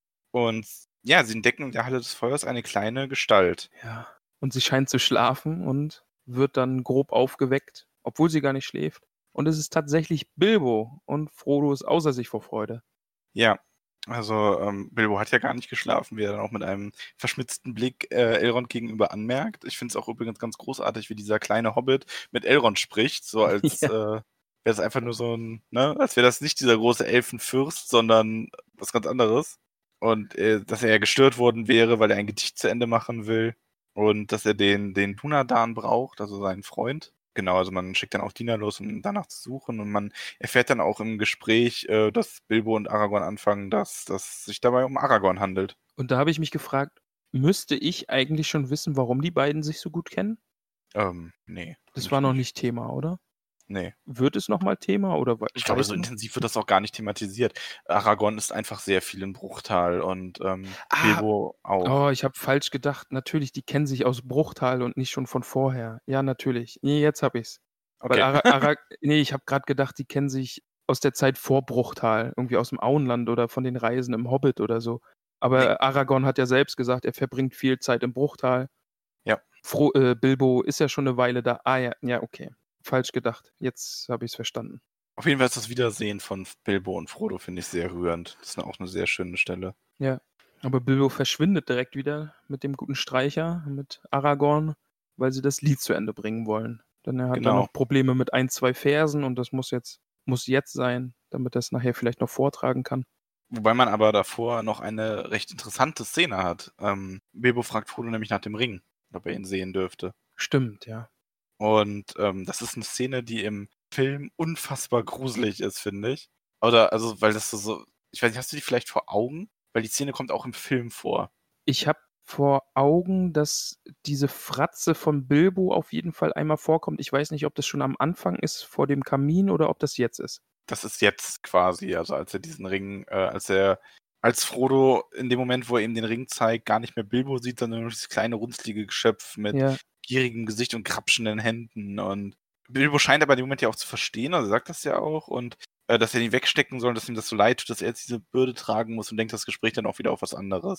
Und ja, sie entdecken in der Halle des Feuers eine kleine Gestalt. Ja. Und sie scheint zu schlafen und wird dann grob aufgeweckt, obwohl sie gar nicht schläft. Und es ist tatsächlich Bilbo und Frodo ist außer sich vor Freude. Ja, also ähm, Bilbo hat ja gar nicht geschlafen, wie er dann auch mit einem verschmitzten Blick äh, Elrond gegenüber anmerkt. Ich finde es auch übrigens ganz großartig, wie dieser kleine Hobbit mit Elrond spricht, so als Ja. äh, wäre es einfach nur so ein, ne, als wäre das nicht dieser große Elfenfürst, sondern was ganz anderes. Und äh, dass er ja gestört worden wäre, weil er ein Gedicht zu Ende machen will und dass er den, den Dunadan braucht, also seinen Freund. Genau, also man schickt dann auch Diener los, um danach zu suchen und man erfährt dann auch im Gespräch, äh, dass Bilbo und Aragorn anfangen, dass es sich dabei um Aragorn handelt. Und da habe ich mich gefragt, müsste ich eigentlich schon wissen, warum die beiden sich so gut kennen? Ähm, nee. Das eigentlich war noch nicht Thema, oder? Nee. Wird es nochmal Thema oder we- Ich glaube, weiß so man? intensiv wird das auch gar nicht thematisiert. Aragorn ist einfach sehr viel in Bruchtal und ähm, Ah, Bilbo auch. oh, ich habe falsch gedacht. Natürlich, die kennen sich aus Bruchtal und nicht schon von vorher. Ja, natürlich. Nee, jetzt habe ich's. Weil Okay. Ara Ara nee, ich habe gerade gedacht, die kennen sich aus der Zeit vor Bruchtal, irgendwie aus dem Auenland oder von den Reisen im Hobbit oder so. Aber Nee. Aragorn hat ja selbst gesagt, er verbringt viel Zeit im Bruchtal. Ja. Fro äh, Bilbo ist ja schon eine Weile da. Ah ja, ja, okay. Falsch gedacht. Jetzt habe ich's verstanden. Auf jeden Fall ist das Wiedersehen von Bilbo und Frodo, finde ich, sehr rührend. Das ist auch eine sehr schöne Stelle. Ja. Aber Bilbo verschwindet direkt wieder mit dem guten Streicher, mit Aragorn, weil sie das Lied zu Ende bringen wollen. Denn er hat dann Genau. noch Probleme mit ein, zwei Versen und das muss jetzt, muss jetzt sein, damit er es nachher vielleicht noch vortragen kann. Wobei man aber davor noch eine recht interessante Szene hat. Ähm, Bilbo fragt Frodo nämlich nach dem Ring, ob er ihn sehen dürfte. Stimmt, ja. Und ähm, das ist eine Szene, die im Film unfassbar gruselig ist, finde ich. Oder, also, weil das so, so, ich weiß nicht, hast du die vielleicht vor Augen? Weil die Szene kommt auch im Film vor. Ich habe vor Augen, dass diese Fratze von Bilbo auf jeden Fall einmal vorkommt. Ich weiß nicht, ob das schon am Anfang ist, vor dem Kamin, oder ob das jetzt ist. Das ist jetzt quasi, also als er diesen Ring, äh, als er, als Frodo in dem Moment, wo er ihm den Ring zeigt, gar nicht mehr Bilbo sieht, sondern nur dieses kleine runzlige Geschöpf mit Ja, gierigem Gesicht und krapschenden Händen. Und Bilbo scheint aber in dem Moment ja auch zu verstehen, also er sagt das ja auch, und äh, dass er ihn wegstecken soll, dass ihm das so leid tut, dass er jetzt diese Bürde tragen muss und denkt das Gespräch dann auch wieder auf was anderes.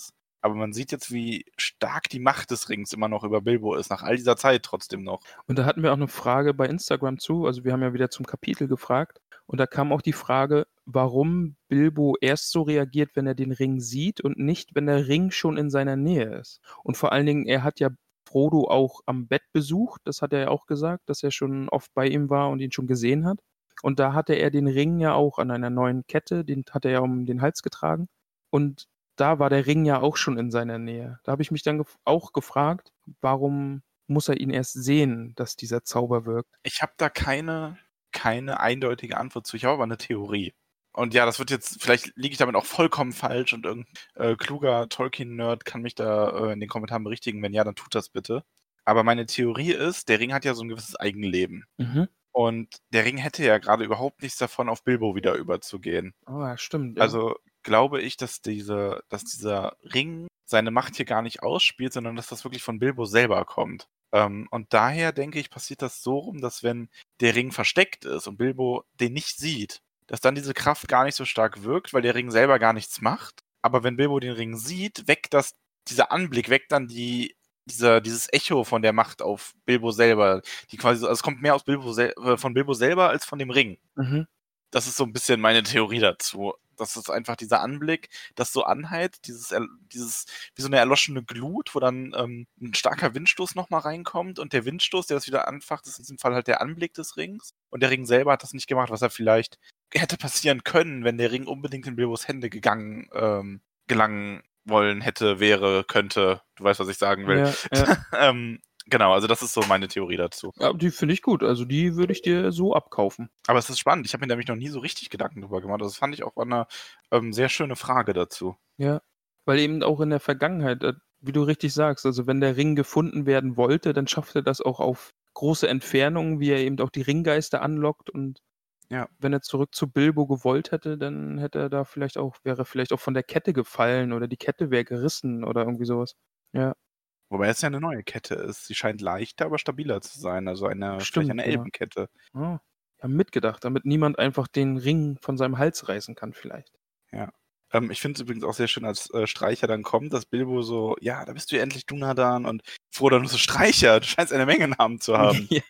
Aber man sieht jetzt, wie stark die Macht des Rings immer noch über Bilbo ist, nach all dieser Zeit trotzdem noch. Und da hatten wir auch eine Frage bei Instagram zu, also wir haben ja wieder zum Kapitel gefragt und da kam auch die Frage, warum Bilbo erst so reagiert, wenn er den Ring sieht und nicht, wenn der Ring schon in seiner Nähe ist. Und vor allen Dingen, er hat ja Frodo auch am Bett besucht, das hat er ja auch gesagt, dass er schon oft bei ihm war und ihn schon gesehen hat. Und da hatte er den Ring ja auch an einer neuen Kette, den hat er ja um den Hals getragen. Und da war der Ring ja auch schon in seiner Nähe. Da habe ich mich dann gef- auch gefragt, warum muss er ihn erst sehen, dass dieser Zauber wirkt? Ich habe da keine, keine eindeutige Antwort zu. Ich habe aber eine Theorie. Und ja, das wird jetzt, vielleicht liege ich damit auch vollkommen falsch und irgendein äh, kluger Tolkien-Nerd kann mich da äh, in den Kommentaren berichtigen. Wenn ja, dann tut das bitte. Aber meine Theorie ist, der Ring hat ja so ein gewisses Eigenleben. Mhm. Und der Ring hätte ja gerade überhaupt nichts davon, auf Bilbo wieder überzugehen. Oh, ja, stimmt. Ja. Also glaube ich, dass diese, dass dieser Ring seine Macht hier gar nicht ausspielt, sondern dass das wirklich von Bilbo selber kommt. Ähm, und daher denke ich, passiert das so rum, dass wenn der Ring versteckt ist und Bilbo den nicht sieht, dass dann diese Kraft gar nicht so stark wirkt, weil der Ring selber gar nichts macht. Aber wenn Bilbo den Ring sieht, weckt das, dieser Anblick, weckt dann die, dieser, dieses Echo von der Macht auf Bilbo selber. Die quasi, so- also es kommt mehr aus Bilbo sel- äh, von Bilbo selber als von dem Ring. Mhm. Das ist so ein bisschen meine Theorie dazu. Das ist einfach dieser Anblick, das so anheizt, dieses, er- dieses, wie so eine erloschene Glut, wo dann ähm, ein starker Windstoß nochmal reinkommt und der Windstoß, der das wieder anfacht, ist in diesem Fall halt der Anblick des Rings. Und der Ring selber hat das nicht gemacht, was er vielleicht hätte passieren können, wenn der Ring unbedingt in Bilbos Hände gegangen, ähm, gelangen wollen hätte, wäre, könnte. Du weißt, was ich sagen will. Ja, ja. ähm, genau, also das ist so meine Theorie dazu. Ja, die finde ich gut. Also die würde ich dir so abkaufen. Aber es ist spannend. Ich habe mir nämlich noch nie so richtig Gedanken drüber gemacht. Also das fand ich auch eine ähm, sehr schöne Frage dazu. Ja. Weil eben auch in der Vergangenheit, äh, wie du richtig sagst, also wenn der Ring gefunden werden wollte, dann schafft er das auch auf große Entfernungen, wie er eben auch die Ringgeister anlockt und Ja. wenn er zurück zu Bilbo gewollt hätte, dann hätte er da vielleicht auch, wäre vielleicht auch von der Kette gefallen oder die Kette wäre gerissen oder irgendwie sowas. Ja, Wobei es ja eine neue Kette ist. Sie scheint leichter, aber stabiler zu sein. Also eine, Stimmt, vielleicht eine ja. Elbenkette. ah, ja, mitgedacht, damit niemand einfach den Ring von seinem Hals reißen kann vielleicht. Ähm, ich finde es übrigens auch sehr schön, als äh, Streicher dann kommt, dass Bilbo so, ja, da bist du ja endlich Dunadan und Frodo nur so, Streicher, du scheinst eine Menge Namen zu haben. Ja.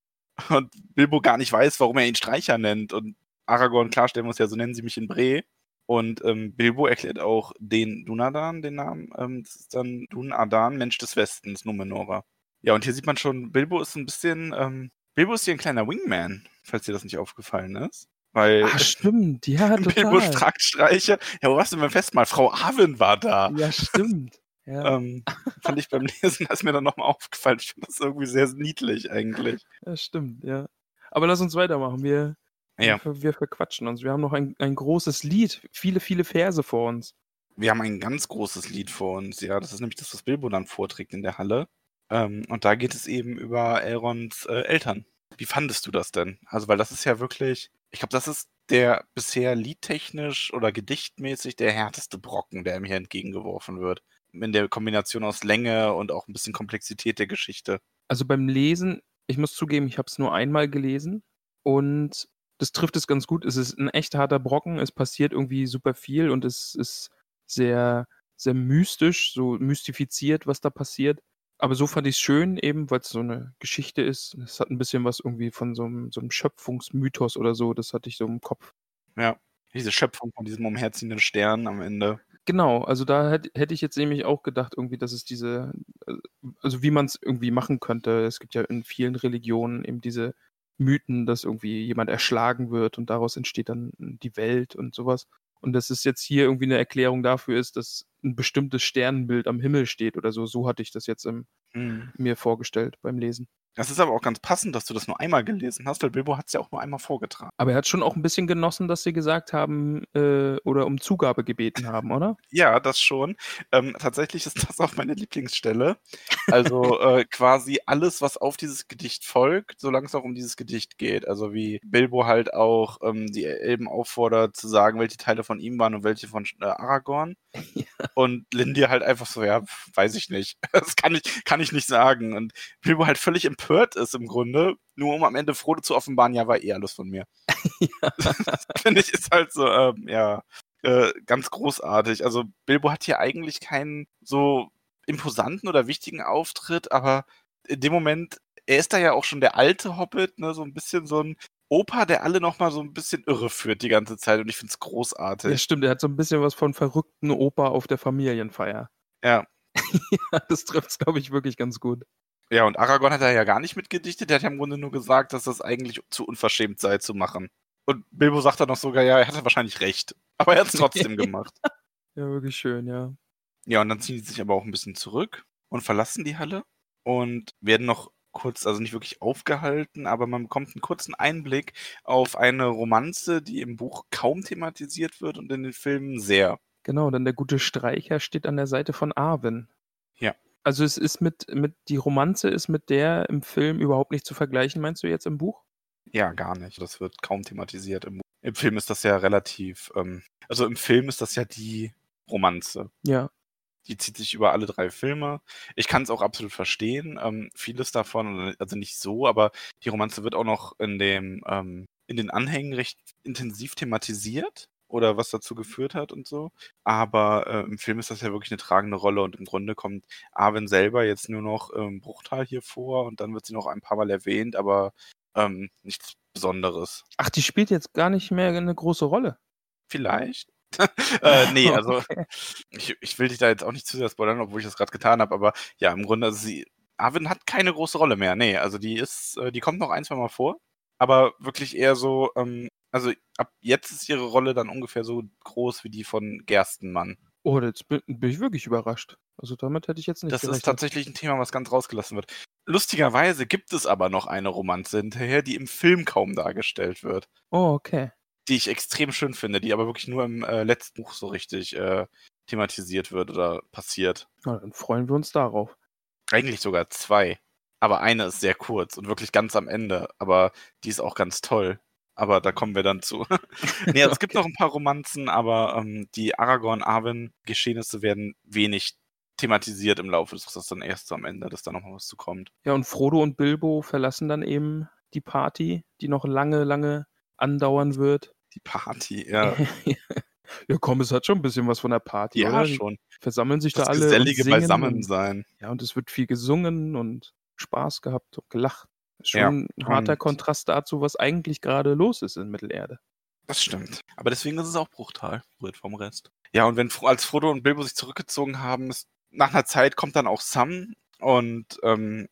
Und Bilbo gar nicht weiß, warum er ihn Streicher nennt. Und Aragorn klarstellen muss ja, so nennen sie mich in Bre. Und ähm, Bilbo erklärt auch den Dunadan, den Namen. Ähm, das ist dann Dunadan, Mensch des Westens, Numenora. Ja, und hier sieht man schon, Bilbo ist ein bisschen, ähm, Bilbo ist hier ein kleiner Wingman, falls dir das nicht aufgefallen ist. Weil Ach, stimmt, ja, Bilbo total. fragt Streicher, ja, wo warst du beim Festmahl? Frau Arwen war da. Ja, stimmt. Ja, Ähm, fand ich beim Lesen, das ist mir dann nochmal aufgefallen. Ich finde das irgendwie sehr niedlich eigentlich. das stimmt, ja. Aber lass uns weitermachen. Wir, Ja. wir, wir verquatschen uns. Wir haben noch ein, ein großes Lied, viele, viele Verse vor uns. Wir haben ein ganz großes Lied vor uns, ja. Das ist nämlich das, was Bilbo dann vorträgt in der Halle. Ähm, und da geht es eben über Elrons äh, Eltern. Wie fandest du das denn? Also, weil das ist ja wirklich, ich glaube, das ist der bisher liedtechnisch oder gedichtmäßig der härteste Brocken, der mir hier entgegengeworfen wird. In der Kombination aus Länge und auch ein bisschen Komplexität der Geschichte. Also beim Lesen, ich muss zugeben, ich habe es nur einmal gelesen und das trifft es ganz gut. Es ist ein echt harter Brocken, es passiert irgendwie super viel und es ist sehr, sehr mystisch, so mystifiziert, was da passiert. Aber so fand ich es schön, eben, weil es so eine Geschichte ist. Es hat ein bisschen was irgendwie von so einem, so einem Schöpfungsmythos oder so, das hatte ich so im Kopf. Ja. Diese Schöpfung von diesem umherziehenden Stern am Ende. Genau, also da hätt, hätte ich jetzt nämlich auch gedacht, irgendwie, dass es diese, äh, also wie man es irgendwie machen könnte. Es gibt ja in vielen Religionen eben diese Mythen, dass irgendwie jemand erschlagen wird und daraus entsteht dann die Welt und sowas. Und dass es jetzt hier irgendwie eine Erklärung dafür ist, dass ein bestimmtes Sternenbild am Himmel steht oder so. So hatte ich das jetzt im, Hm. mir vorgestellt beim Lesen. Das ist aber auch ganz passend, dass du das nur einmal gelesen hast, weil Bilbo hat es ja auch nur einmal vorgetragen. Aber er hat schon auch ein bisschen genossen, dass sie gesagt haben äh, oder um Zugabe gebeten haben, oder? Ja, das schon. Ähm, tatsächlich ist das auch meine Lieblingsstelle. Also äh, quasi alles, was auf dieses Gedicht folgt, solange es auch um dieses Gedicht geht. Also wie Bilbo halt auch ähm, die Elben auffordert, zu sagen, welche Teile von ihm waren und welche von äh, Aragorn. Ja. Und Lindir halt einfach so, ja, pf, weiß ich nicht. Das kann ich, kann ich nicht sagen. Und Bilbo halt völlig empört ist im Grunde, nur um am Ende Frodo zu offenbaren, ja, war eh alles von mir. Ja. Das finde ich ist halt so, ähm, ja, Äh, ganz großartig. Also Bilbo hat hier eigentlich keinen so imposanten oder wichtigen Auftritt, aber in dem Moment, er ist da ja auch schon der alte Hobbit, ne, so ein bisschen so ein Opa, der alle noch mal so ein bisschen irre führt die ganze Zeit und ich finde es Ja, großartig. stimmt, er hat so ein bisschen was von verrückten Opa auf der Familienfeier. Ja. Ja, das trifft's, glaube ich, wirklich ganz gut. Ja, und Aragorn hat er ja gar nicht mitgedichtet, der hat ja im Grunde nur gesagt, dass das eigentlich zu unverschämt sei zu machen. Und Bilbo sagt dann noch sogar, ja, er hatte wahrscheinlich recht. Aber er hat es trotzdem gemacht. Ja, wirklich schön, ja. Ja, und dann ziehen sie sich aber auch ein bisschen zurück und verlassen die Halle und werden noch kurz, also nicht wirklich aufgehalten, aber man bekommt einen kurzen Einblick auf eine Romanze, die im Buch kaum thematisiert wird und in den Filmen sehr. Genau, dann der gute Streicher steht an der Seite von Arwen. Ja. Also es ist mit, mit, die Romanze ist mit der im Film überhaupt nicht zu vergleichen, meinst du jetzt im Buch? Ja, gar nicht. Das wird kaum thematisiert. Im, im Film ist das ja relativ, ähm, also im Film ist das ja die Romanze. Ja. Die zieht sich über alle drei Filme. Ich kann es auch absolut verstehen. Ähm, vieles davon, also nicht so, aber die Romanze wird auch noch in dem, ähm, in den Anhängen recht intensiv thematisiert oder was dazu geführt hat und so. Aber äh, im Film ist das ja wirklich eine tragende Rolle und im Grunde kommt Arwen selber jetzt nur noch im ähm, Bruchteil hier vor und dann wird sie noch ein paar Mal erwähnt, aber ähm, nichts Besonderes. Ach, die spielt jetzt gar nicht mehr eine große Rolle. Vielleicht. äh, nee, also Okay. ich, ich will dich da jetzt auch nicht zu sehr spoilern, obwohl ich das gerade getan habe, aber ja, im Grunde, also sie, Arwen hat keine große Rolle mehr. Nee, also die ist, äh, die kommt noch ein, zwei Mal vor, aber wirklich eher so, ähm, also ab jetzt ist ihre Rolle dann ungefähr so groß wie die von Gerstenmann. Oh, jetzt bin, bin ich wirklich überrascht. Also damit hätte ich jetzt nicht Das ist gerechnet. tatsächlich ein Thema, was ganz rausgelassen wird. Lustigerweise gibt es aber noch eine Romanze hinterher, die im Film kaum dargestellt wird. Oh, okay. Die ich extrem schön finde, die aber wirklich nur im äh, letzten Buch so richtig äh, thematisiert wird oder passiert. Na, dann freuen wir uns darauf. Eigentlich sogar zwei. Aber eine ist sehr kurz und wirklich ganz am Ende. Aber die ist auch ganz toll. Aber da kommen wir dann zu. Nee, also es gibt Okay. noch ein paar Romanzen, aber ähm, die Aragorn-Arwen-Geschehnisse werden wenig thematisiert im Laufe des Buches. Das ist dann erst so am Ende, dass da nochmal was zu kommt. Ja, und Frodo und Bilbo verlassen dann eben die Party, die noch lange, lange andauern wird. Die Party, ja. Ja, komm, es hat schon ein bisschen was von der Party, Ja, oder? Die schon. versammeln sich Das da alle und gesellige singen. Und, Beisammensein. ja, und es wird viel gesungen und Spaß gehabt und gelacht. Ist Ja, schon ein harter und Kontrast dazu, was eigentlich gerade los ist in Mittelerde. das stimmt. Aber deswegen ist es auch Bruchtal, berührt vom Rest. Ja, und wenn Fro- als Frodo und Bilbo sich zurückgezogen haben, ist, nach einer Zeit kommt dann auch Sam und ähm,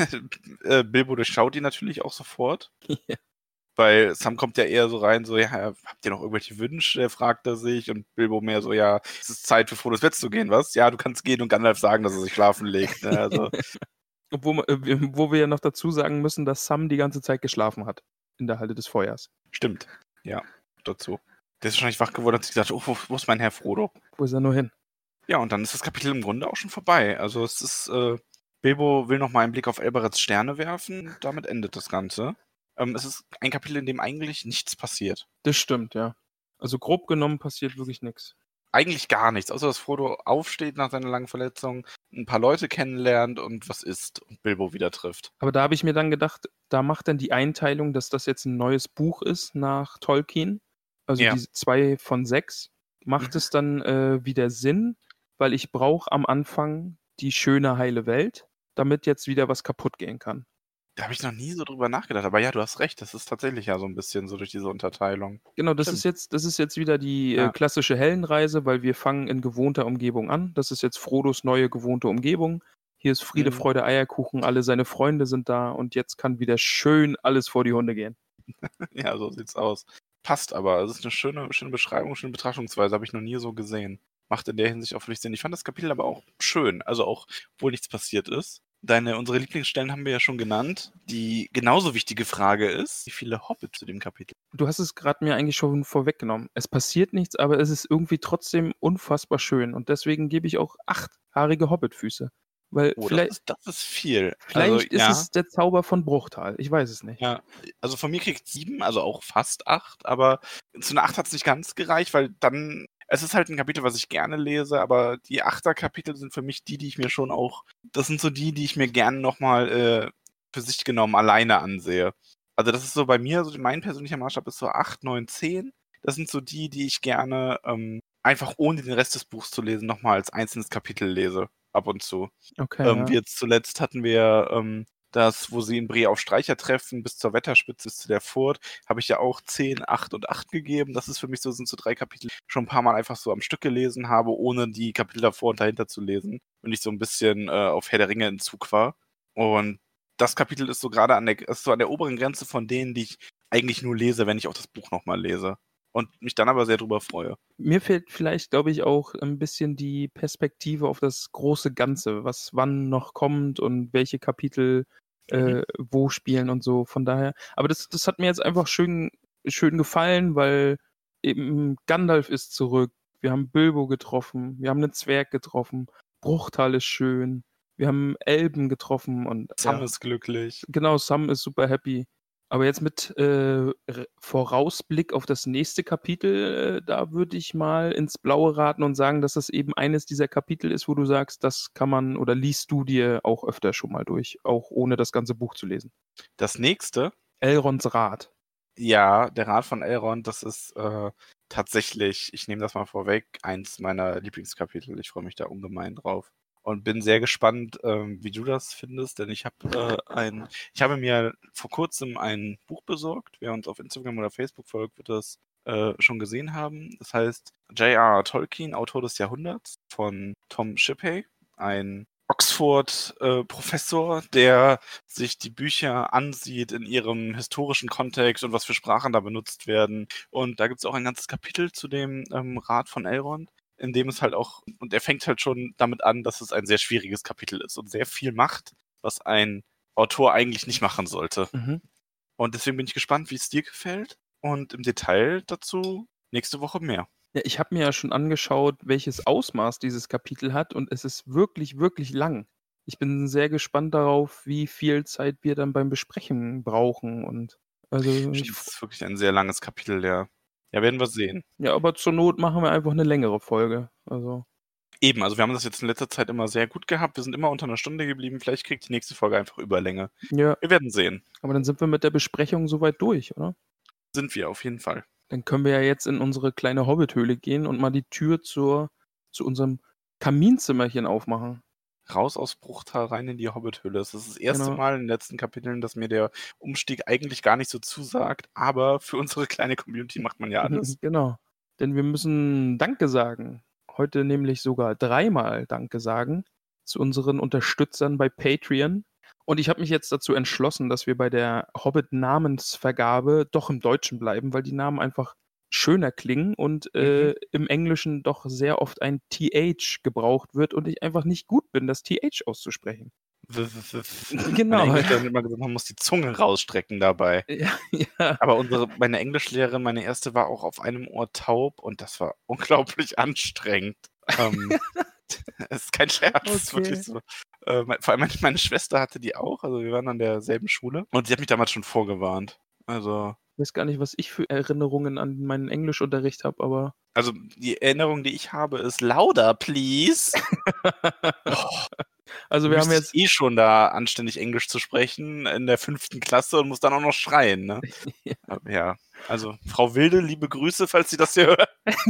äh, Bilbo durchschaut ihn natürlich auch sofort. Ja. Weil Sam kommt ja eher so rein, so, ja, habt ihr noch irgendwelche Wünsche, fragt er sich. Und Bilbo mehr so, ja, es ist Zeit für Frodo ins Bett zu gehen, was? Ja, du kannst gehen und Gandalf sagen, dass er sich schlafen legt. Ne? Also, Obwohl, ma- äh, wir- wo wir ja noch dazu sagen müssen, dass Sam die ganze Zeit geschlafen hat in der Halle des Feuers. stimmt. Ja, dazu. Der ist wahrscheinlich wach geworden und hat sich gedacht, oh, wo, wo ist mein Herr Frodo? Wo ist er nur hin? Ja, und dann ist das Kapitel im Grunde auch schon vorbei. Also es ist, äh, Bilbo will noch mal einen Blick auf Elbereths Sterne werfen und damit endet das Ganze. Ähm, es ist ein Kapitel, in dem eigentlich nichts passiert. Das stimmt, ja. Also grob genommen passiert wirklich nichts. Eigentlich gar nichts, außer dass Frodo aufsteht nach seiner langen Verletzung, ein paar Leute kennenlernt und was isst und Bilbo wieder trifft. Aber da habe ich mir dann gedacht, da macht dann die Einteilung, dass das jetzt ein neues Buch ist nach Tolkien, also Ja. diese zwei von sechs, macht Mhm. es dann äh, wieder Sinn, weil ich brauche am Anfang die schöne, heile Welt, damit jetzt wieder was kaputt gehen kann. Da habe ich noch nie so drüber nachgedacht, aber ja, du hast recht, das ist tatsächlich ja so ein bisschen so durch diese Unterteilung. Genau, das Stimmt. ist jetzt, das ist jetzt wieder die äh, Ja. klassische Heldenreise, weil wir fangen in gewohnter Umgebung an. Das ist jetzt Frodos neue gewohnte Umgebung. Hier ist Friede, Mhm. Freude, Eierkuchen, alle seine Freunde sind da und jetzt kann wieder schön alles vor die Hunde gehen. Ja, so sieht's aus. Passt aber, es ist eine schöne, schöne Beschreibung, schöne Betrachtungsweise, habe ich noch nie so gesehen. Macht in der Hinsicht auch wirklich Sinn. Ich fand das Kapitel aber auch schön, also auch, obwohl nichts passiert ist. Deine, unsere Lieblingsstellen haben wir ja schon genannt. Die genauso wichtige Frage ist, wie viele Hobbits zu dem Kapitel? Du hast es gerade mir eigentlich schon vorweggenommen. Es passiert nichts, aber es ist irgendwie trotzdem unfassbar schön. Und deswegen gebe ich auch achthaarige Hobbitfüße. Weil Oh, das vielleicht, ist, das ist viel. vielleicht also, ist ja, es der Zauber von Bruchtal. Ich weiß es nicht. ja, also von mir kriegt sieben, also auch fast acht, aber zu einer acht hat es nicht ganz gereicht, weil dann, es ist halt ein Kapitel, was ich gerne lese, aber die Achter-Kapitel sind für mich die, die ich mir schon auch, das sind so die, die ich mir gerne nochmal äh, für sich genommen alleine ansehe. Also das ist so bei mir, so mein persönlicher Maßstab ist so acht, neun, zehn. das sind so die, die ich gerne ähm, einfach ohne den Rest des Buchs zu lesen nochmal als einzelnes Kapitel lese, ab und zu. Okay, Ähm, wie ja. jetzt zuletzt hatten wir ähm, das, wo sie in Bre auf Streicher treffen, bis zur Wetterspitze, bis zu der Furt, habe ich ja auch zehn, acht und acht gegeben. Das ist für mich so, sind so drei Kapitel, die ich schon ein paar Mal einfach so am Stück gelesen habe, ohne die Kapitel davor und dahinter zu lesen. Und ich so ein bisschen äh, auf Herr der Ringe Entzug war. Und das Kapitel ist so gerade an der, ist so an der oberen Grenze von denen, die ich eigentlich nur lese, wenn ich auch das Buch nochmal lese. Und mich dann aber sehr drüber freue. Mir fehlt vielleicht, glaube ich, auch ein bisschen die Perspektive auf das große Ganze, was wann noch kommt und welche Kapitel äh, wo spielen und so. Von daher, aber das, das hat mir jetzt einfach schön, schön gefallen, weil eben Gandalf ist zurück, wir haben Bilbo getroffen, wir haben einen Zwerg getroffen, Bruchtal ist schön, wir haben Elben getroffen und Sam ja, ist glücklich. genau, Sam ist super happy. Aber jetzt mit äh, R- Vorausblick auf das nächste Kapitel, äh, da würde ich mal ins Blaue raten und sagen, dass das eben eines dieser Kapitel ist, wo du sagst, das kann man oder liest du dir auch öfter schon mal durch, auch ohne das ganze Buch zu lesen. Das nächste, Elrons Rat. ja, der Rat von Elrond, das ist äh, tatsächlich, ich nehme das mal vorweg, eins meiner Lieblingskapitel. Ich freue mich da ungemein drauf. Und bin sehr gespannt, ähm, wie du das findest, denn ich habe äh, ein, ich habe mir vor kurzem ein Buch besorgt. Wer uns auf Instagram oder Facebook folgt, wird das äh, schon gesehen haben. Das heißt J R R. Tolkien, Autor des Jahrhunderts von Tom Shippey, ein Oxford-Professor, der sich die Bücher ansieht in ihrem historischen Kontext und was für Sprachen da benutzt werden. Und da gibt es auch ein ganzes Kapitel zu dem ähm, Rat von Elrond, in dem es halt auch, und er fängt halt schon damit an, dass es ein sehr schwieriges Kapitel ist und sehr viel macht, was ein Autor eigentlich nicht machen sollte. Mhm. Und deswegen bin ich gespannt, wie es dir gefällt. Und im Detail dazu nächste Woche mehr. Ja, ich habe mir ja schon angeschaut, welches Ausmaß dieses Kapitel hat und es ist wirklich, wirklich lang. Ich bin sehr gespannt darauf, wie viel Zeit wir dann beim Besprechen brauchen und also ich, Das ist wirklich ein sehr langes Kapitel, ja. Ja, werden wir sehen. ja, aber zur Not machen wir einfach eine längere Folge. Also Eben, also wir haben das jetzt in letzter Zeit immer sehr gut gehabt. Wir sind immer unter einer Stunde geblieben. Vielleicht kriegt die nächste Folge einfach Überlänge. ja, Wir werden sehen. aber dann sind wir mit der Besprechung soweit durch, oder? Sind wir auf jeden Fall. Dann können wir ja jetzt in unsere kleine Hobbithöhle gehen und mal die Tür zur, zu unserem Kaminzimmerchen aufmachen. Raus aus Bruchtal, rein in die Hobbithöhle. Das ist das erste Genau. Mal in den letzten Kapiteln, dass mir der Umstieg eigentlich gar nicht so zusagt. Aber für unsere kleine Community macht man ja alles. Genau. Denn wir müssen Danke sagen. Heute nämlich sogar dreimal Danke sagen zu unseren Unterstützern bei Patreon. Und ich habe mich jetzt dazu entschlossen, dass wir bei der Hobbit-Namensvergabe doch im Deutschen bleiben, weil die Namen einfach schöner klingen und äh, im Englischen doch sehr oft ein T H gebraucht wird und ich einfach nicht gut bin, das T H auszusprechen. Genau. Meine Englischlehrerin hat immer gesagt, man muss die Zunge rausstrecken dabei. Ja, ja. Aber unsere, meine Englischlehrerin, meine erste, war auch auf einem Ohr taub und das war unglaublich anstrengend. Ähm, das ist kein Scherz, das ist Okay. wirklich so. Äh, mein- vor allem meine, meine Schwester hatte die auch, also wir waren an derselben Schule und sie hat mich damals schon vorgewarnt. Also, Ich weiß gar nicht, was ich für Erinnerungen an meinen Englischunterricht habe, aber also die Erinnerung, die ich habe, ist lauter, please. also Du wir haben müsstest jetzt eh schon da anständig Englisch zu sprechen in der fünften Klasse und musst dann auch noch schreien, ne? Ja. Ja, also Frau Wilde, liebe Grüße, falls Sie das hier hört.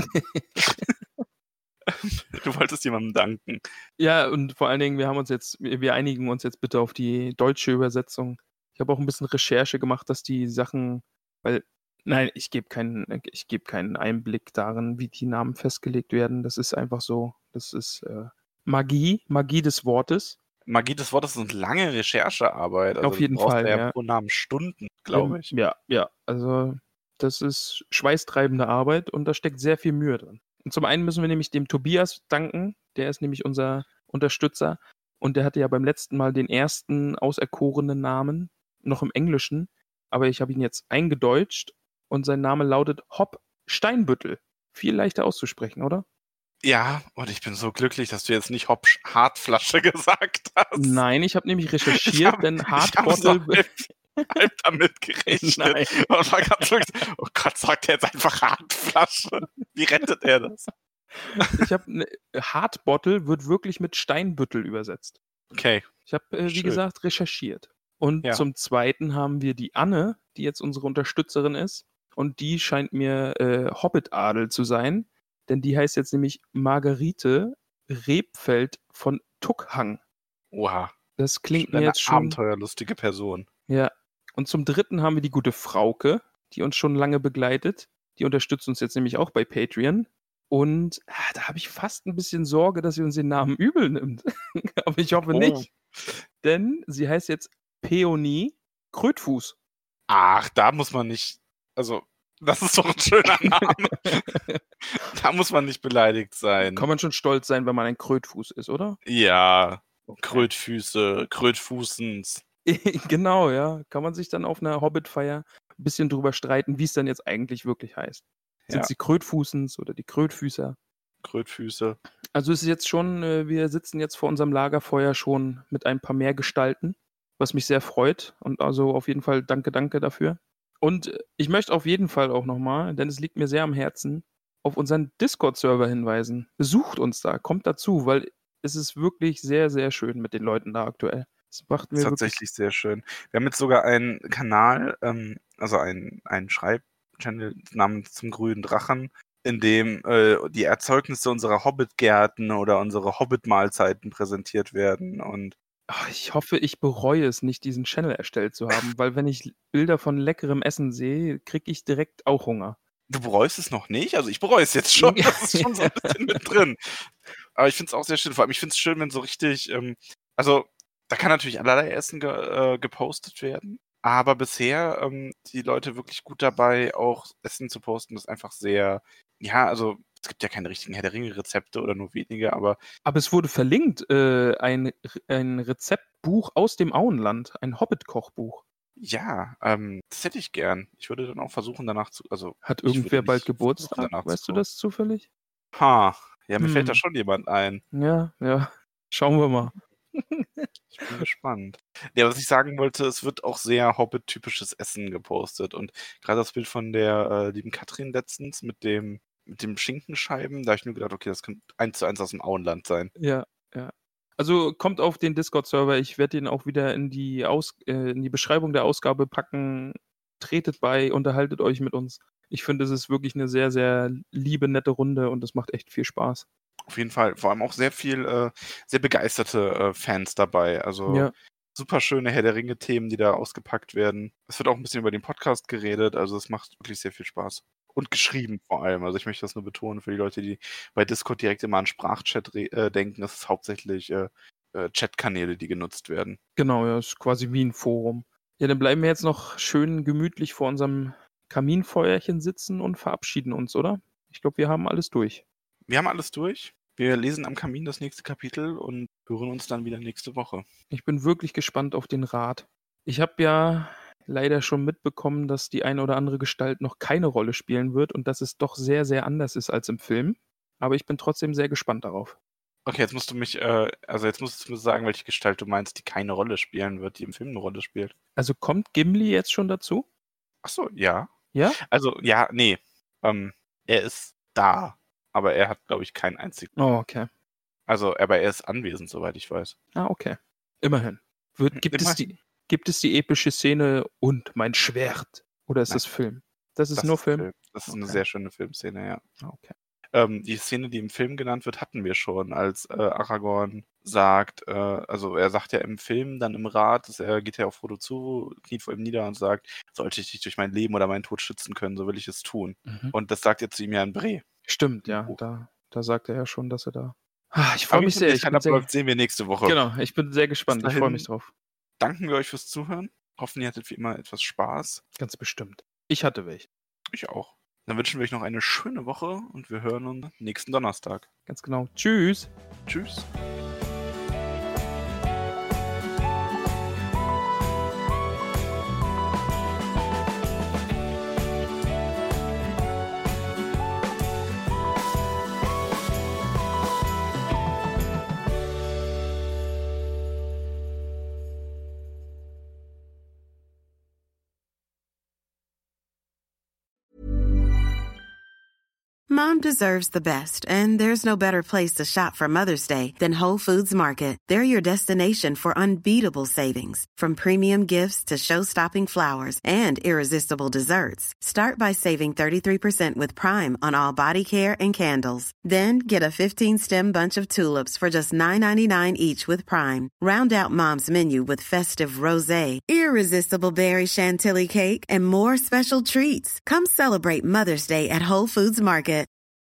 Du wolltest jemandem danken. Ja, und vor allen Dingen, wir haben uns jetzt, wir wir einigen uns jetzt bitte auf die deutsche Übersetzung. Ich habe auch ein bisschen Recherche gemacht, dass die Sachen, weil, nein, ich gebe keinen, ich gebe keinen Einblick darin, wie die Namen festgelegt werden. Das ist einfach so, das ist äh, Magie, Magie des Wortes. Magie des Wortes ist eine lange Recherchearbeit. Also Auf jeden du brauchst Fall, ja, ja. pro Namen Stunden, glaube ich. Ja, ja, also das ist schweißtreibende Arbeit und da steckt sehr viel Mühe drin. Und zum einen müssen wir nämlich dem Tobias danken, der ist nämlich unser Unterstützer und der hatte ja beim letzten Mal den ersten auserkorenen Namen, noch im Englischen, aber ich habe ihn jetzt eingedeutscht und sein Name lautet Hopp Steinbüttel. Viel leichter auszusprechen, oder? Ja, und ich bin so glücklich, dass du jetzt nicht Hop Hartflasche gesagt hast. Nein, ich habe nämlich Ich recherchiert, hab- denn ich hab Hardbottle... so halb, halb damit gerechnet. Nein. Und war ganz wirklich, oh Gott, sagt er jetzt einfach Hartflasche? Wie rettet er das? Ich habe ne, Hardbottle wird wirklich mit Steinbüttel übersetzt. Okay. Ich habe, äh, wie Schön. gesagt, recherchiert. Und Ja. zum Zweiten haben wir die Anne, die jetzt unsere Unterstützerin ist. Und die scheint mir äh, Hobbit-Adel zu sein, denn die heißt jetzt nämlich Margarite Rebfeld von Tuckhang. Oha. Das klingt Schon mir eine jetzt schon. abenteuerlustige Person. Ja. Und zum dritten haben wir die gute Frauke, die uns schon lange begleitet. Die unterstützt uns jetzt nämlich auch bei Patreon. Und ah, da habe ich fast ein bisschen Sorge, dass sie uns den Namen übel nimmt. Aber ich hoffe Oh. nicht. Denn sie heißt jetzt Peony Krötfuß. Ach, da muss man nicht. Also, das ist doch ein schöner Name. Da muss man nicht beleidigt sein. Kann man schon stolz sein, wenn man ein Krötfuß ist, oder? Ja. Okay. Krötfüße, Krötfußens. Genau, ja. Kann man sich dann auf einer Hobbit-Feier ein bisschen drüber streiten, wie es dann jetzt eigentlich wirklich heißt. Sind Ja. es die Krötfußens oder die Krötfüßer? Krötfüße. Also es ist jetzt schon, äh, wir sitzen jetzt vor unserem Lagerfeuer schon mit ein paar mehr Gestalten, was mich sehr freut. Und also auf jeden Fall danke, danke dafür. Und äh, ich möchte auf jeden Fall auch nochmal, denn es liegt mir sehr am Herzen, auf unseren Discord-Server hinweisen. Besucht uns da, kommt dazu, weil es ist wirklich sehr, sehr schön mit den Leuten da aktuell. Das macht Das ist mir wirklich. tatsächlich sehr schön. Wir haben jetzt sogar einen Kanal, ähm, also einen, einen Schreibchannel namens zum grünen Drachen, in dem äh, die Erzeugnisse unserer Hobbit-Gärten oder unsere Hobbit-Mahlzeiten präsentiert werden. Und Ach, ich hoffe, ich bereue es nicht, diesen Channel erstellt zu haben, weil wenn ich Bilder von leckerem Essen sehe, kriege ich direkt auch Hunger. du bereust es noch nicht? Also ich bereue es jetzt schon. Das ist schon so ein bisschen mit drin. Aber ich finde es auch sehr schön. Vor allem, ich finde es schön, wenn so richtig, ähm, also da kann natürlich allerlei Essen ge äh, gepostet werden. Aber bisher ähm, die Leute wirklich gut dabei, auch Essen zu posten, das ist einfach sehr, ja, also es gibt ja keine richtigen Herr der Ringe-Rezepte oder nur wenige, aber Aber es wurde verlinkt, äh, ein, ein Rezeptbuch aus dem Auenland, ein Hobbit-Kochbuch. ja, ähm, das hätte ich gern. Ich würde dann auch versuchen, danach zu, also Hat ich würde irgendwer bald nicht versuchen, Geburtstag? danach Weißt zu du das zufällig? kochen. Ha, ja, mir fällt da Hm. schon jemand ein. Ja, ja. Schauen wir mal. Ich bin gespannt. Ja, was ich sagen wollte, es wird auch sehr Hobbit-typisches Essen gepostet. Und gerade das Bild von der äh, lieben Katrin letztens mit dem, mit dem Schinkenscheiben, da habe ich mir gedacht, okay, das könnte eins zu eins aus dem Auenland sein. Ja, ja. Also kommt auf den Discord-Server. Ich werde den auch wieder in die, Aus äh, in die Beschreibung der Ausgabe packen. Tretet bei, unterhaltet euch mit uns. Ich finde, es ist wirklich eine sehr, sehr liebe, nette Runde und es macht echt viel Spaß. Auf jeden Fall. Vor allem auch sehr viel, äh, sehr begeisterte äh, Fans dabei. Also Ja. super schöne Herr der Ringe-Themen, die da ausgepackt werden. Es wird auch ein bisschen über den Podcast geredet, also es macht wirklich sehr viel Spaß. Und geschrieben vor allem. Also ich möchte das nur betonen für die Leute, die bei Discord direkt immer an Sprachchat re- äh, denken. Das ist hauptsächlich äh, äh, Chatkanäle, die genutzt werden. Genau, ja, ist quasi wie ein Forum. Ja, dann bleiben wir jetzt noch schön gemütlich vor unserem Kaminfeuerchen sitzen und verabschieden uns, oder? Ich glaube, wir haben alles durch. Wir haben alles durch. Wir lesen am Kamin das nächste Kapitel und hören uns dann wieder nächste Woche. Ich bin wirklich gespannt auf den Rat. Ich habe ja leider schon mitbekommen, dass die eine oder andere Gestalt noch keine Rolle spielen wird und dass es doch sehr, sehr anders ist als im Film. Aber ich bin trotzdem sehr gespannt darauf. Okay, jetzt musst du mich, äh, also jetzt musst du mir sagen, welche Gestalt du meinst, die keine Rolle spielen wird, die im Film eine Rolle spielt. Also kommt Gimli jetzt schon dazu? Ach so, ja. Ja? Also, ja, nee. Ähm, er ist da, aber er hat, glaube ich, keinen einzigen. Oh, okay. Also, aber er ist anwesend, soweit ich weiß. Ah, okay. Immerhin. Wird, gibt, es die, gibt es die epische Szene und mein Schwert? Oder ist Nein. das Film? Das ist Das nur ist ein Film? Film. Das ist eine Okay. sehr schöne Filmszene, ja. Ah, okay. Ähm, die Szene, die im Film genannt wird, hatten wir schon, als äh, Aragorn sagt, äh, also er sagt ja im Film, dann im Rat, dass er geht ja auf Frodo zu, kniet vor ihm nieder und sagt, sollte ich dich durch mein Leben oder meinen Tod schützen können, so will ich es tun. Mhm. Und das sagt er zu ihm ja in Bre. Stimmt, ja. Buch. Da, da sagt er ja schon, dass er da. Ah, ich freue Aber mich wie sehr. der Ich bin Stand-up sehr läuft, sehen wir nächste Woche. genau, ich bin sehr gespannt. Bis Ich freue dahin. mich drauf. Danken wir euch fürs Zuhören. Hoffen, ihr hattet wie immer etwas Spaß. Ganz bestimmt. Ich hatte welche. Ich auch. Dann wünschen wir euch noch eine schöne Woche und wir hören uns nächsten Donnerstag. Ganz genau. Tschüss. Tschüss. Mom deserves the best, and there's no better place to shop for Mother's Day than Whole Foods Market. They're your destination for unbeatable savings, from premium gifts to show-stopping flowers and irresistible desserts. Start by saving thirty-three percent with Prime on all body care and candles. Then get a fifteen-stem bunch of tulips for just nine ninety-nine each with Prime. Round out Mom's menu with festive rosé, irresistible berry chantilly cake, and more special treats. Come celebrate Mother's Day at Whole Foods Market.